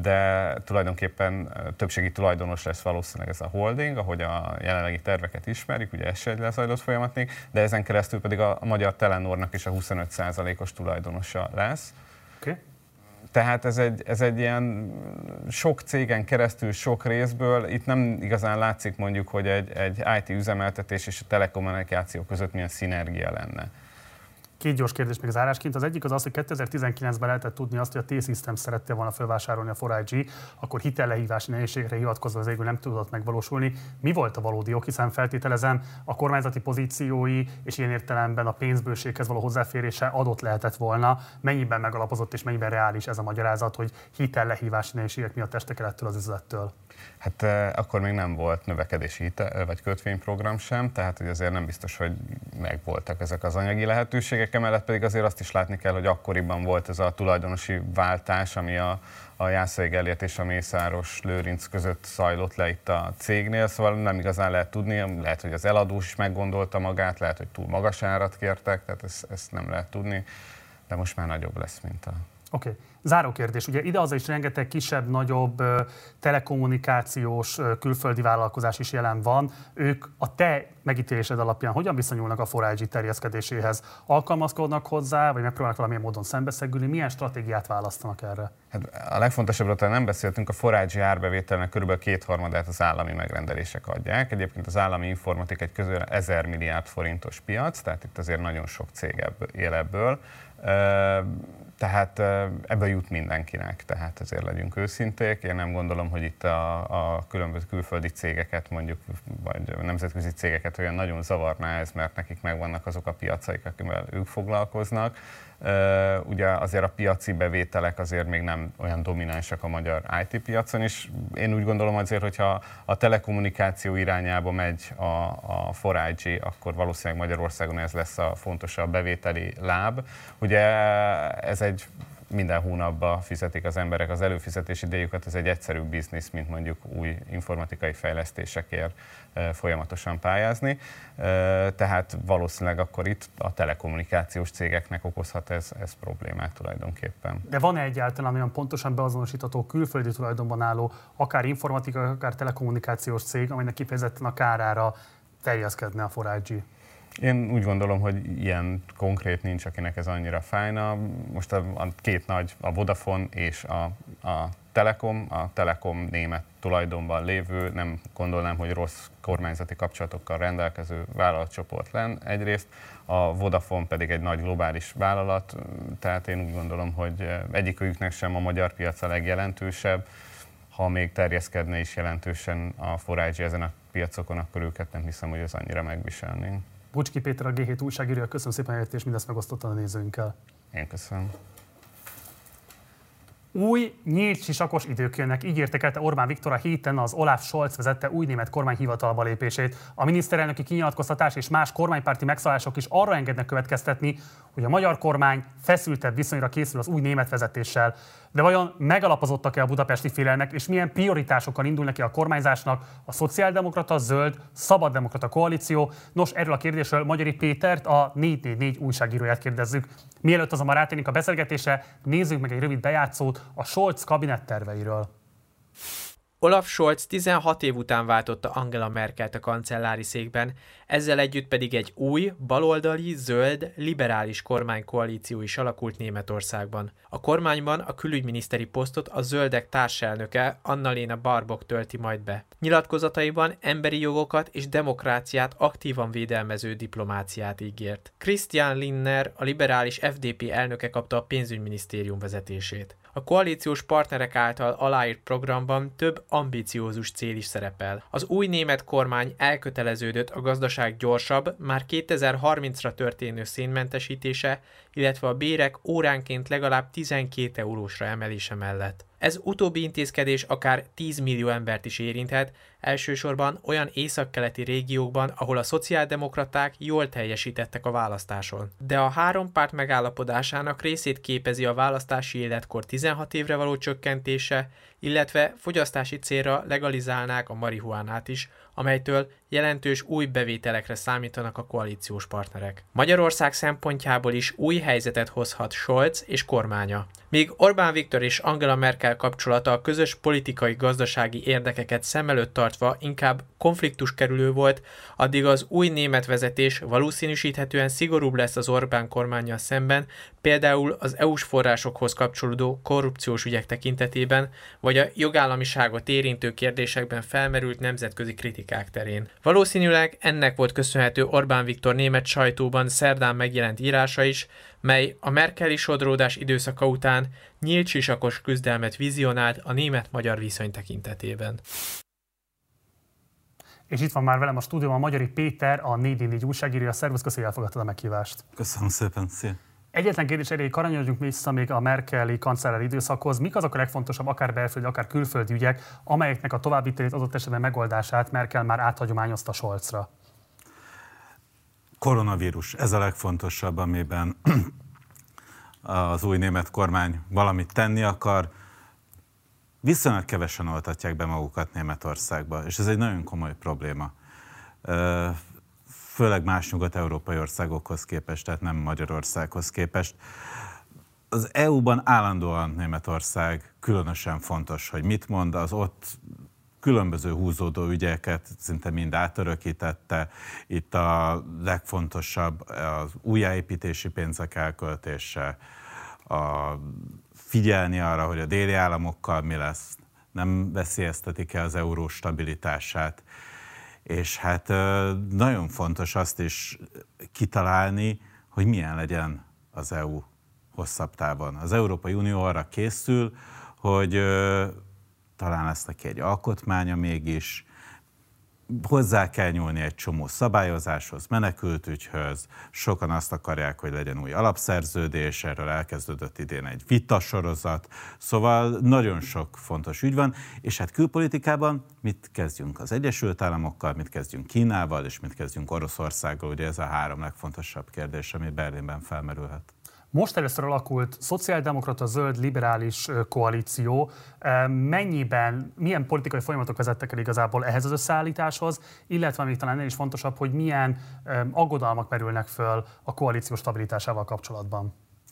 de tulajdonképpen többségi tulajdonos lesz valószínűleg ez a holding, ahogy a jelenlegi terveket ismerjük, ugye ez se egy lezajlott folyamat még, de ezen keresztül pedig a magyar Telenornak is a huszonöt százalékos tulajdonosa lesz. Okay. Tehát ez egy, ez egy ilyen sok cégen keresztül, sok részből, itt nem igazán látszik mondjuk, hogy egy, egy i té üzemeltetés és a telekommunikáció között milyen szinergia lenne. Két gyors kérdés még zárásként. Az egyik az az, hogy kétezer-tizenkilencben lehetett tudni azt, hogy a T-Systems szerette volna felvásárolni a four I G, akkor hitellehívási nehézségre hivatkozva az végül nem tudott megvalósulni. Mi volt a valódi ok, hiszen feltételezem a kormányzati pozíciói és ilyen értelemben a pénzbőséghez való hozzáférése adott lehetett volna. Mennyiben megalapozott és mennyiben reális ez a magyarázat, hogy hitellehívási nehézségek miatt estek el ettől az üzlettől? Hát eh, akkor még nem volt növekedési hitel, vagy kötvényprogram sem, tehát hogy azért nem biztos, hogy megvoltak ezek az anyagi lehetőségek, emellett pedig azért azt is látni kell, hogy akkoriban volt ez a tulajdonosi váltás, ami a, a Jászai Gellért és a Mészáros Lőrinc között zajlott le itt a cégnél, szóval nem igazán lehet tudni, lehet, hogy az eladó is meggondolta magát, lehet, hogy túl magas árat kértek, tehát ezt, ezt nem lehet tudni, de most már nagyobb lesz, mint a... Oké. Okay. Záró kérdés. Ugye idehaza is rengeteg kisebb, nagyobb telekommunikációs külföldi vállalkozás is jelen van. Ők a te megítélésed alapján hogyan viszonyulnak a four I G terjeszkedéséhez? Alkalmazkodnak hozzá, vagy megpróbálnak valamilyen módon szembeszegülni? Milyen stratégiát választanak erre? Hát a legfontosabbról talán nem beszéltünk, a four I G árbevételnek kb. kétharmadát az állami megrendelések adják. Egyébként az állami informatika egy közel ezer milliárd forintos piac, tehát itt azért nagyon sok cég él ebből. Tehát ebből jut mindenkinek, tehát azért legyünk őszinték. Én nem gondolom, hogy itt a, a különböző külföldi cégeket, mondjuk, vagy nemzetközi cégeket olyan nagyon zavarná ez, mert nekik megvannak azok a piacaik, akivel ők foglalkoznak. Ugye azért a piaci bevételek azért még nem olyan dominánsak a magyar I T piacon is. Én úgy gondolom azért, hogyha a telekommunikáció irányába megy a, a four I G, akkor valószínűleg Magyarországon ez lesz a fontosabb bevételi láb. Ugye ez egy minden hónapban fizetik az emberek az előfizetési díjukat, ez egy egyszerűbb biznisz, mint mondjuk új informatikai fejlesztésekért folyamatosan pályázni. Tehát valószínűleg akkor itt a telekommunikációs cégeknek okozhat ez, ez problémát tulajdonképpen. De van-e egyáltalán olyan pontosan beazonosítható külföldi tulajdonban álló, akár informatikai, akár telekommunikációs cég, aminek kifejezetten a kárára terjeszkedne a four I G? Én úgy gondolom, hogy ilyen konkrét nincs, akinek ez annyira fájna. Most a, a két nagy, a Vodafone és a, a Telekom, a Telekom német tulajdonban lévő, nem gondolnám, hogy rossz kormányzati kapcsolatokkal rendelkező vállalatcsoport len egyrészt, a Vodafone pedig egy nagy globális vállalat, tehát én úgy gondolom, hogy egyikőjüknek sem a magyar piac a legjelentősebb, ha még terjeszkedne is jelentősen a four I G ezen a piacokon, akkor őket nem hiszem, hogy ez annyira megviselnénk. Bucski Péter, a G hét újságírója, köszönöm szépen, hogy és mindezt megosztottad a nézőinkkel. Én köszönöm. Új, nyílt sisakos idők jönnek, így értékelte Orbán Viktor a héten az Olaf Scholz vezette új német kormány hivatalba lépését. A miniszterelnöki kinyilatkoztatás és más kormánypárti megszállások is arra engednek következtetni, hogy a magyar kormány feszültebb viszonyra készül az új német vezetéssel. De vajon megalapozottak-e a budapesti félelmek, és milyen prioritásokkal indul neki a kormányzásnak a szociáldemokrata, zöld, szabaddemokrata koalíció? Nos, erről a kérdésről Magyari Pétert, a négy négy négy újságíróját kérdezzük. Mielőtt azonban rátérnénk a beszélgetésre, nézzük meg egy rövid bejátszót a Scholz kabinett terveiről. Olaf Scholz tizenhat év után váltotta Angela Merkelt a kancellári székben, ezzel együtt pedig egy új, baloldali, zöld, liberális kormánykoalíció is alakult Németországban. A kormányban a külügyminiszteri posztot a zöldek társelnöke Annalena Baerbock tölti majd be. Nyilatkozataiban emberi jogokat és demokráciát aktívan védelmező diplomáciát ígért. Christian Lindner, a liberális ef dé pé elnöke kapta a pénzügyminisztérium vezetését. A koalíciós partnerek által aláírt programban több ambiciózus cél is szerepel. Az új német kormány elköteleződött a gazdaság gyorsabb, már kétezer-harmincra történő szénmentesítése, illetve a bérek óránként legalább tizenkét eurósra emelése mellett. Ez utóbbi intézkedés akár tíz millió embert is érinthet, elsősorban olyan északkeleti régiókban, ahol a szociáldemokraták jól teljesítettek a választáson. De a három párt megállapodásának részét képezi a választási életkor tizenhat évre való csökkentése, illetve fogyasztási célra legalizálnák a marihuánát is, amelytől jelentős új bevételekre számítanak a koalíciós partnerek. Magyarország szempontjából is új helyzetet hozhat Scholz és kormánya. Míg Orbán Viktor és Angela Merkel kapcsolata a közös politikai-gazdasági érdekeket szem előtt tartva inkább konfliktuskerülő volt, addig az új német vezetés valószínűsíthetően szigorúbb lesz az Orbán kormánnyal szemben, például az é u-s forrásokhoz kapcsolódó korrupciós ügyek tekintetében, vagy a jogállamiságot érintő kérdésekben felmerült nemzetközi kritikák terén. Valószínűleg ennek volt köszönhető Orbán Viktor német sajtóban szerdán megjelent írása is, mely a merkeli sodródás időszaka után nyílt sisakos küzdelmet vizionált a német-magyar viszony tekintetében. És itt van már velem a stúdióban Magyari Péter, a négy négy négy újságírója. Szervusz, köszönjük, hogy elfogadtad a meghívást. Köszönöm szépen, szia. Egyetlen kérdés erejéig kanyarodjunk vissza még a merkeli kancellár időszakhoz. Mik azok a legfontosabb, akár belföldi, akár külföldi ügyek, amelyeknek a továbbvitelét, adott esetben megoldását Merkel már áthagyományozta Scholzra? Koronavírus, ez a legfontosabb, amiben az új német kormány valamit tenni akar. Viszonylag kevesen oltatják be magukat Németországba, és ez egy nagyon komoly probléma. Főleg más nyugat-európai országokhoz képest, tehát nem Magyarországhoz képest. Az é u-ban állandóan Németország különösen fontos, hogy mit mond, az ott különböző húzódó ügyeket szinte mind átörökítette. Itt a legfontosabb az újjáépítési pénzek elköltése, a figyelni arra, hogy a déli államokkal mi lesz, nem veszélyeztetik-e az euró stabilitását. És hát nagyon fontos azt is kitalálni, hogy milyen legyen az é u hosszabb távon. Az Európai Unió arra készül, hogy talán lesz neki egy alkotmánya mégis, hozzá kell nyúlni egy csomó szabályozáshoz, menekültügyhöz, sokan azt akarják, hogy legyen új alapszerződés, erről elkezdődött idén egy vitasorozat, szóval nagyon sok fontos ügy van, és hát külpolitikában mit kezdjünk az Egyesült Államokkal, mit kezdjünk Kínával, és mit kezdjünk Oroszországgal, ugye ez a három legfontosabb kérdés, ami Berlinben felmerülhet. Most először alakult szociáldemokrata, zöld, liberális koalíció. Mennyiben, milyen politikai folyamatok vezettek el igazából ehhez az összeállításhoz, illetve még talán ennél is fontosabb, hogy milyen aggodalmak merülnek föl a koalíció stabilitásával kapcsolatban?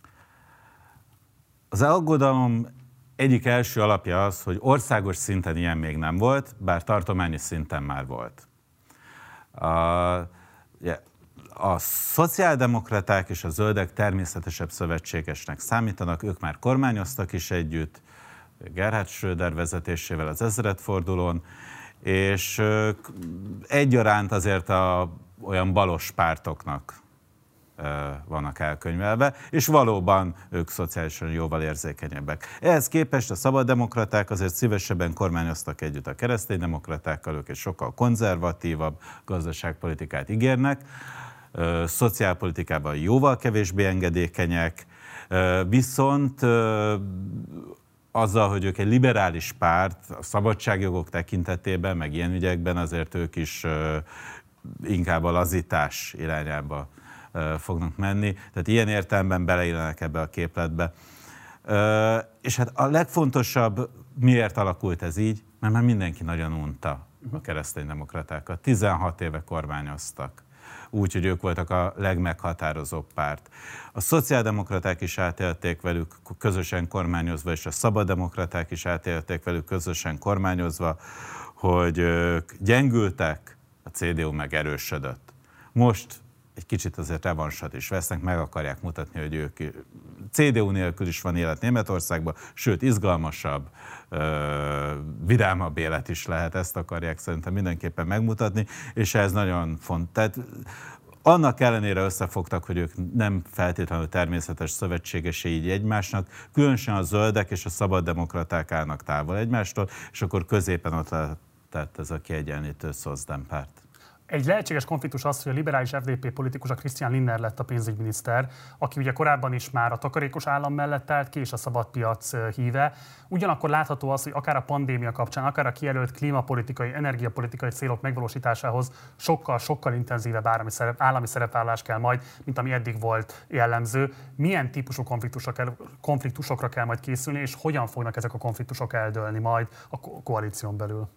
Az aggodalom egyik első alapja az, hogy országos szinten ilyen még nem volt, bár tartományi szinten már volt. A, yeah. A szociáldemokraták és a zöldek természetesebb szövetségesnek számítanak, ők már kormányoztak is együtt, Gerhard Schröder vezetésével az ezredfordulón, és egyaránt azért a, olyan balos pártoknak vannak elkönyvelve, és valóban ők szociálisan jóval érzékenyebbek. Ehhez képest a szabaddemokraták azért szívesebben kormányoztak együtt a kereszténydemokratákkal, ők egy sokkal konzervatívabb gazdaságpolitikát ígérnek, szociálpolitikában jóval kevésbé engedékenyek, viszont azzal, hogy ők egy liberális párt, a szabadságjogok tekintetében, meg ilyen ügyekben azért ők is uh, inkább a lazítás irányába uh, fognak menni. Tehát ilyen értelemben beleillenek ebbe a képletbe. Uh, és hát a legfontosabb, miért alakult ez így? Mert már mindenki nagyon unta a kereszténydemokratákat. tizenhat éve kormányoztak. Úgy, hogy ők voltak a legmeghatározóbb párt. A szociáldemokraták is átélték velük közösen kormányozva, és a szabaddemokraták is átélték velük közösen kormányozva, hogy ők gyengültek, a cé dé u meg erősödött. Most egy kicsit azért revansot is vesznek, meg akarják mutatni, hogy ők cé dé u nélkül is van élet Németországban, sőt, izgalmasabb, vidámabb élet is lehet, ezt akarják szerintem mindenképpen megmutatni, és ez nagyon fontos. Tehát annak ellenére összefogtak, hogy ők nem feltétlenül természetes szövetségesei így egymásnak, különösen a zöldek és a szabaddemokraták állnak távol egymástól, és akkor középen ott lett ez a kiegyenlítő szocdempárt. Egy lehetséges konfliktus az, hogy a liberális ef dé pé politikus, a Christian Lindner lett a pénzügyminiszter, aki ugye korábban is már a takarékos állam mellett állt ki, és a szabadpiac híve. Ugyanakkor látható az, hogy akár a pandémia kapcsán, akár a kijelölt klímapolitikai, energiapolitikai célok megvalósításához sokkal-sokkal intenzívebb állami, szerep, állami szerepvállalás kell majd, mint ami eddig volt jellemző. Milyen típusú konfliktusokra kell, konfliktusokra kell majd készülni, és hogyan fognak ezek a konfliktusok eldőlni majd a ko- koalíción belül?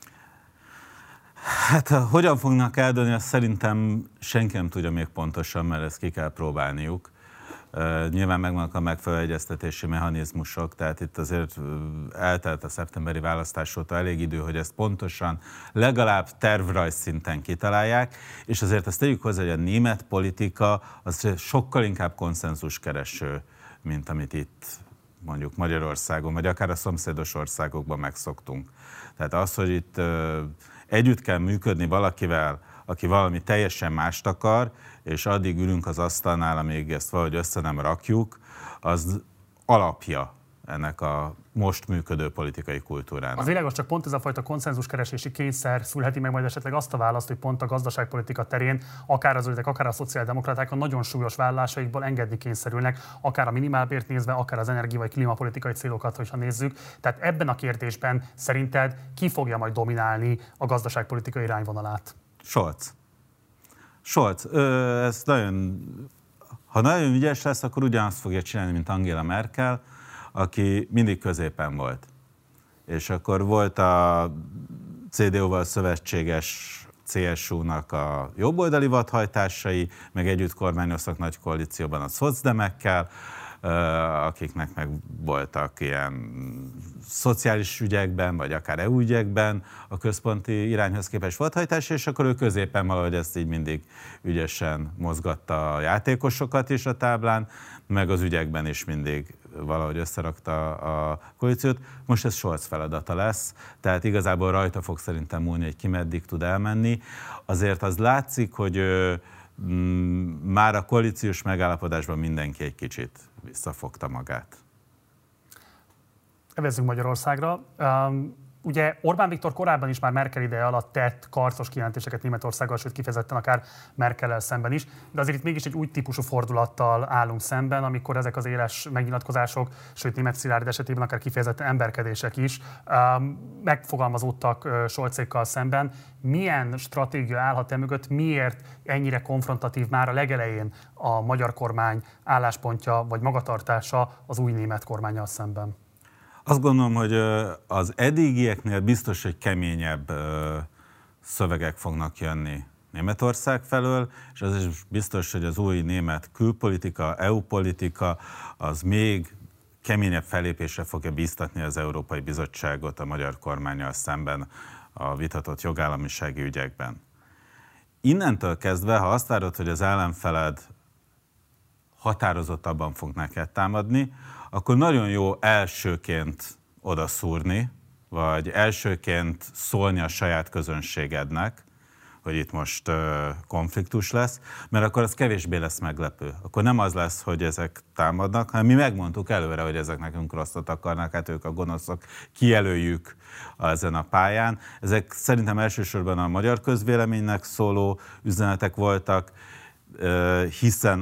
Hát hogyan fognak eldőlni, azt szerintem senki nem tudja még pontosan, mert ezt ki kell próbálniuk. Uh, nyilván megvannak a megfelelő egyeztetési mechanizmusok, tehát itt azért eltelt a szeptemberi választás óta elég idő, hogy ezt pontosan legalább tervrajz szinten kitalálják, és azért azt tegyük hozzá, hogy a német politika az sokkal inkább konszenzuskereső, mint amit itt mondjuk Magyarországon, vagy akár a szomszédos országokban megszoktunk. Tehát az, hogy itt uh, együtt kell működni valakivel, aki valami teljesen mást akar, és addig ülünk az asztalnál, amíg ezt valahogy össze nem rakjuk, az alapja ennek a most működő politikai kultúrának. Az világos, csak pont ez a fajta konszenzuskeresési kényszer szülheti meg majd esetleg azt a választ, hogy pont a gazdaságpolitika terén akár az zöldek, akár a szociáldemokraták a nagyon súlyos vállalásaikból engedni kényszerülnek, akár a minimálbért nézve, akár az energia- vagy klímapolitikai célokat, hogyha nézzük. Tehát ebben a kérdésben szerinted ki fogja majd dominálni a gazdaságpolitikai irányvonalát? Scholz. Scholz. Ö, ez nagyon, ha nagyon ügyes lesz, akkor ugyanazt fogja csinálni, mint Angela Merkel, aki mindig középen volt. És akkor volt a cé dé u-val szövetséges cé es u-nak a jobboldali vadhajtásai, meg együtt kormányoztak nagy koalícióban a szocdemekkel, akiknek meg voltak ilyen szociális ügyekben, vagy akár é u ügyekben a központi irányhoz képest vadhajtás, és akkor ő középen valahogy ezt így mindig ügyesen mozgatta a játékosokat is a táblán, meg az ügyekben is mindig valahogy összerakta a koalíciót. Most ez Scholz feladata lesz, tehát igazából rajta fog szerintem múlni, hogy ki meddig tud elmenni. Azért az látszik, hogy mm, már a koalíciós megállapodásban mindenki egy kicsit visszafogta magát. Evezzünk Magyarországra. Um, Ugye Orbán Viktor korábban is már Merkel ideje alatt tett karcos kijelentéseket Németországgal, sőt kifejezetten akár Merkellel szemben is, de azért itt mégis egy új típusú fordulattal állunk szemben, amikor ezek az éles megnyilatkozások, sőt Németh Szilárd esetében akár kifejezetten emberkedések is um, megfogalmazódtak uh, Scholzékkal szemben. Milyen stratégia állhat e mögött, miért ennyire konfrontatív már a legelején a magyar kormány álláspontja vagy magatartása az új német kormánnyal szemben? Azt gondolom, hogy az eddigieknél biztos, hogy keményebb szövegek fognak jönni Németország felől, és az is biztos, hogy az új német külpolitika, é u-politika az még keményebb fellépésre fogja bíztatni az Európai Bizottságot a magyar kormánnyal szemben a vitatott jogállamisági ügyekben. Innentől kezdve, ha azt várod, hogy az ellenfeled határozottabban fog neked támadni, akkor nagyon jó elsőként odaszúrni, vagy elsőként szólni a saját közönségednek, hogy itt most uh, konfliktus lesz, mert akkor az kevésbé lesz meglepő. Akkor nem az lesz, hogy ezek támadnak, hanem mi megmondtuk előre, hogy ezek nekünk rosszat akarnak, hát ők a gonoszok, kijelöljük ezen a pályán. Ezek szerintem elsősorban a magyar közvéleménynek szóló üzenetek voltak, uh, hiszen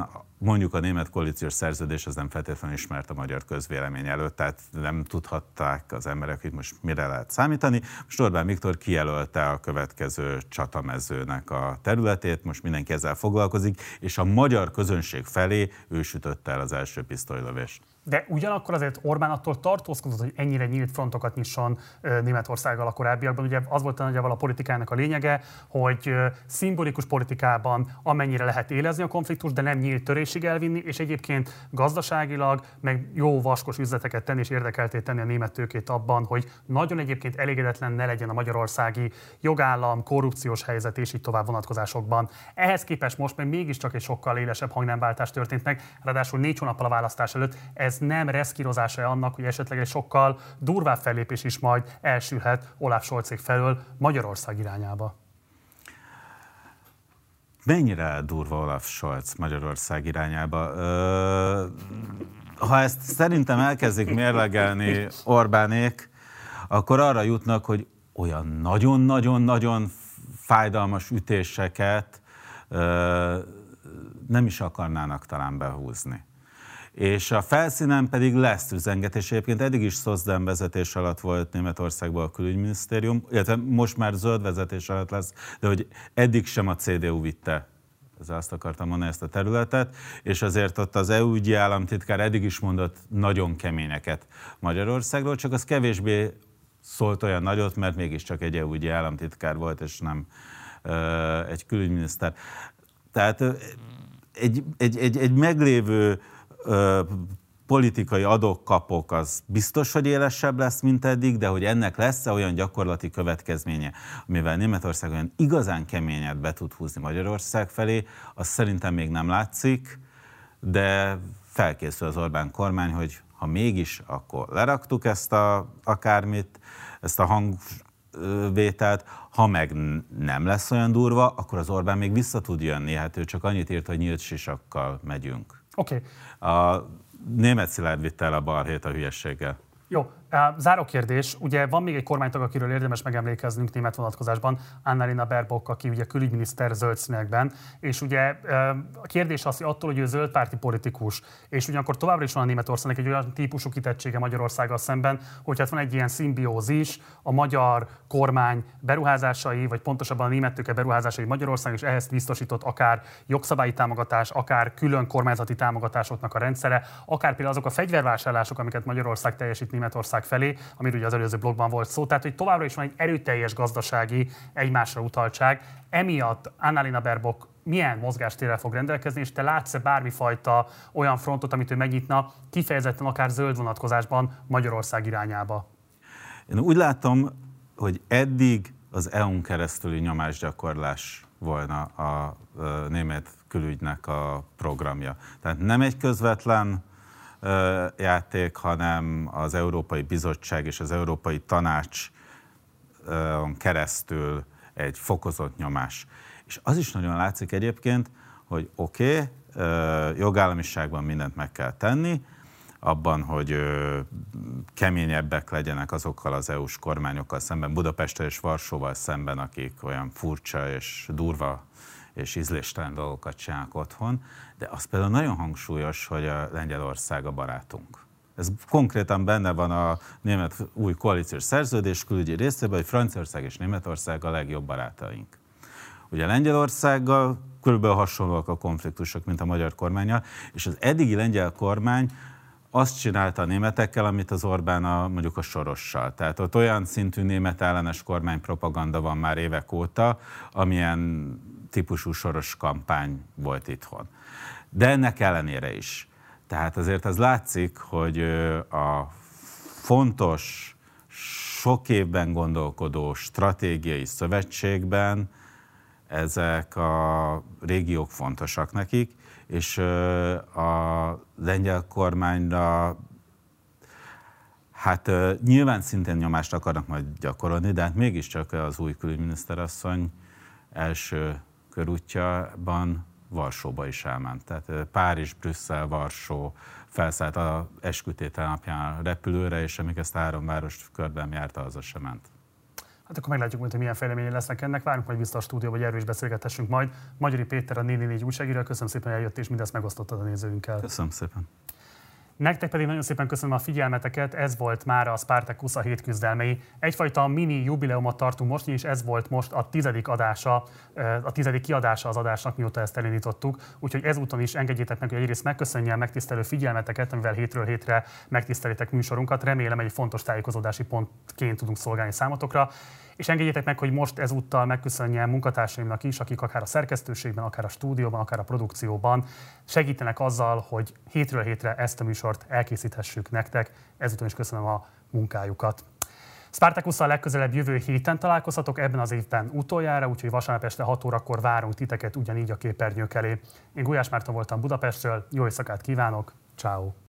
mondjuk a német koalíciós szerződés az nem feltétlenül ismert a magyar közvélemény előtt, tehát nem tudhatták az emberek, hogy most mire lehet számítani. Most Orbán Viktor kijelölte a következő csatamezőnek a területét, most mindenki ezzel foglalkozik, és a magyar közönség felé ő sütötte el az első pisztolylövést. De ugyanakkor azért Orbán attól tartózkodott, hogy ennyire nyílt frontokat nyisson Németországgal a korábbiakban. Ugye az volt nagyjából a politikának a lényege, hogy szimbolikus politikában amennyire lehet élezni a konfliktust, de nem nyílt törésig elvinni, és egyébként gazdaságilag meg jó vaskos üzleteket tenni és érdekelté tenni a német tőkét abban, hogy nagyon egyébként elégedetlen ne legyen a magyarországi jogállam, korrupciós helyzet és így tovább vonatkozásokban. Ehhez képest most meg mégiscsak egy sokkal élesebb hangnemváltás történt meg, ráadásul négy hónappal a választás előtt. Ez nem reszkírozása annak, hogy esetleg egy sokkal durvább fellépés is majd elsülhet Olaf Scholzék felől Magyarország irányába. Mennyire durva Olaf Scholz Magyarország irányába? Ö, ha ezt szerintem elkezdik mérlegelni Orbánék, akkor arra jutnak, hogy olyan nagyon-nagyon-nagyon fájdalmas ütéseket ö, nem is akarnának talán behúzni. És a felszínen pedig lesz üzengetés. Egyébként eddig is Szozden vezetés alatt volt Németországban a külügyminisztérium, illetve most már zöld vezetés alatt lesz, de hogy eddig sem a cé dé u vitte, ezzel azt akartam mondani, ezt a területet, és azért ott az é u ügyi államtitkár eddig is mondott nagyon keményeket Magyarországról, csak az kevésbé szólt olyan nagyot, mert mégiscsak egy é u ügyi államtitkár volt, és nem uh, egy külügyminiszter. Tehát uh, egy, egy, egy, egy meglévő Ö, politikai adok-kapok az biztos, hogy élesebb lesz, mint eddig, de hogy ennek lesz-e olyan gyakorlati következménye, amivel Németország olyan igazán keményet be tud húzni Magyarország felé, az szerintem még nem látszik, de felkészül az Orbán kormány, hogy ha mégis, akkor leraktuk ezt a akármit, ezt a hangvételt, ha meg nem lesz olyan durva, akkor az Orbán még vissza tud jönni, hát ő csak annyit írt, hogy nyílt sisakkal megyünk. Oké. Okay. A német Szilárd vitte el a balhét a hülyességgel. Jó, záró kérdés. Ugye van még egy kormánytag, akiről érdemes megemlékeznünk német vonatkozásban, Annalena Baerbock, aki ugye külügyminiszter zöld színekben, és ugye a kérdés az, hogy attól, hogy ő zöldpárti politikus, és ugyanakkor továbbra is van a Németországnak egy olyan típusú kitettsége Magyarországgal szemben, hogy hát van egy ilyen szimbiózis, a magyar kormány beruházásai, vagy pontosabban a német tőke beruházásai Magyarország, és ehhez biztosított akár jogszabályi támogatás, akár külön kormányzati támogatásoknak a rendszere, akár például azok a fegyvervásárlások, amiket Magyarország teljesít Németország felé, amiről ugye az előző blogban volt szó. Tehát, hogy továbbra is van egy erőteljes gazdasági egymásra utaltság. Emiatt Annalena Baerbock milyen mozgástérrel fog rendelkezni, és te látsz-e bármifajta olyan frontot, amit ő megnyitna, kifejezetten akár zöld vonatkozásban Magyarország irányába? Én úgy látom, hogy eddig az é u-n keresztüli nyomásgyakorlás volna a német külügynek a programja. Tehát nem egy közvetlen játék, hanem az Európai Bizottság és az Európai Tanács keresztül egy fokozott nyomás. És az is nagyon látszik egyébként, hogy oké, okay, jogállamiságban mindent meg kell tenni, abban, hogy keményebbek legyenek azokkal az é u-s kormányokkal szemben, Budapesttel és Varsóval szemben, akik olyan furcsa és durva és ízléstelen dolgokat csinálnak otthon, de az például nagyon hangsúlyos, hogy a Lengyelország a barátunk. Ez konkrétan benne van a német új koalíciós szerződés külügyi részében, hogy Franciaország és Németország a legjobb barátaink. Ugye Lengyelországgal körülbelül hasonlóak a konfliktusok, mint a magyar kormánnyal, és az eddigi lengyel kormány azt csinálta a németekkel, amit az Orbán a, mondjuk a Sorossal. Tehát ott olyan szintű német ellenes kormánypropaganda van már évek óta, amilyen típusú Soros kampány volt itthon. De ennek ellenére is. Tehát azért az látszik, hogy a fontos, sok évben gondolkodó stratégiai szövetségben ezek a régiók fontosak nekik, és a lengyel kormányra hát nyilván szintén nyomást akarnak majd gyakorolni, de hát mégiscsak az új külügyminiszterasszony első körútjában Varsóba is elment. Tehát Párizs, Brüsszel, Varsó felszállt a eskütétel napján a repülőre, és amíg ezt három várost körben járta, haza sem ment. Hát akkor meglátjuk, hogy milyen fejleményei lesznek ennek. Várunk majd vissza a stúdióba, hogy erről is beszélgetessünk majd. Magyari Péter, a négy négy újságíró, köszönöm szépen, hogy eljött és mindezt megosztottad a nézőinkkel. Köszönöm szépen. Nektek pedig nagyon szépen köszönöm a figyelmeteket, ez volt már a Spartacus a hét küzdelmei. Egyfajta mini jubileumot tartunk most, és ez volt most a tizedik adása, a tizedik kiadása az adásnak, mióta ezt elindítottuk. Úgyhogy ezúton is engedjétek meg, hogy egyrészt megköszönjem megtisztelő figyelmeteket, amivel hétről hétre megtisztelitek műsorunkat. Remélem, egy fontos tájékozódási pontként tudunk szolgálni számotokra. És engedjétek meg, hogy most ezúttal megköszönjem munkatársaimnak is, akik akár a szerkesztőségben, akár a stúdióban, akár a produkcióban segítenek azzal, hogy hétről hétre ezt a műsort elkészíthessük nektek. Ezúton is köszönöm a munkájukat. Spartacusszal legközelebb jövő héten találkozhatok, ebben az évben utoljára, úgyhogy vasárnap este hat órakor várunk titeket ugyanígy a képernyők elé. Én Gulyás Márton voltam Budapestről, jó éjszakát kívánok, ciao.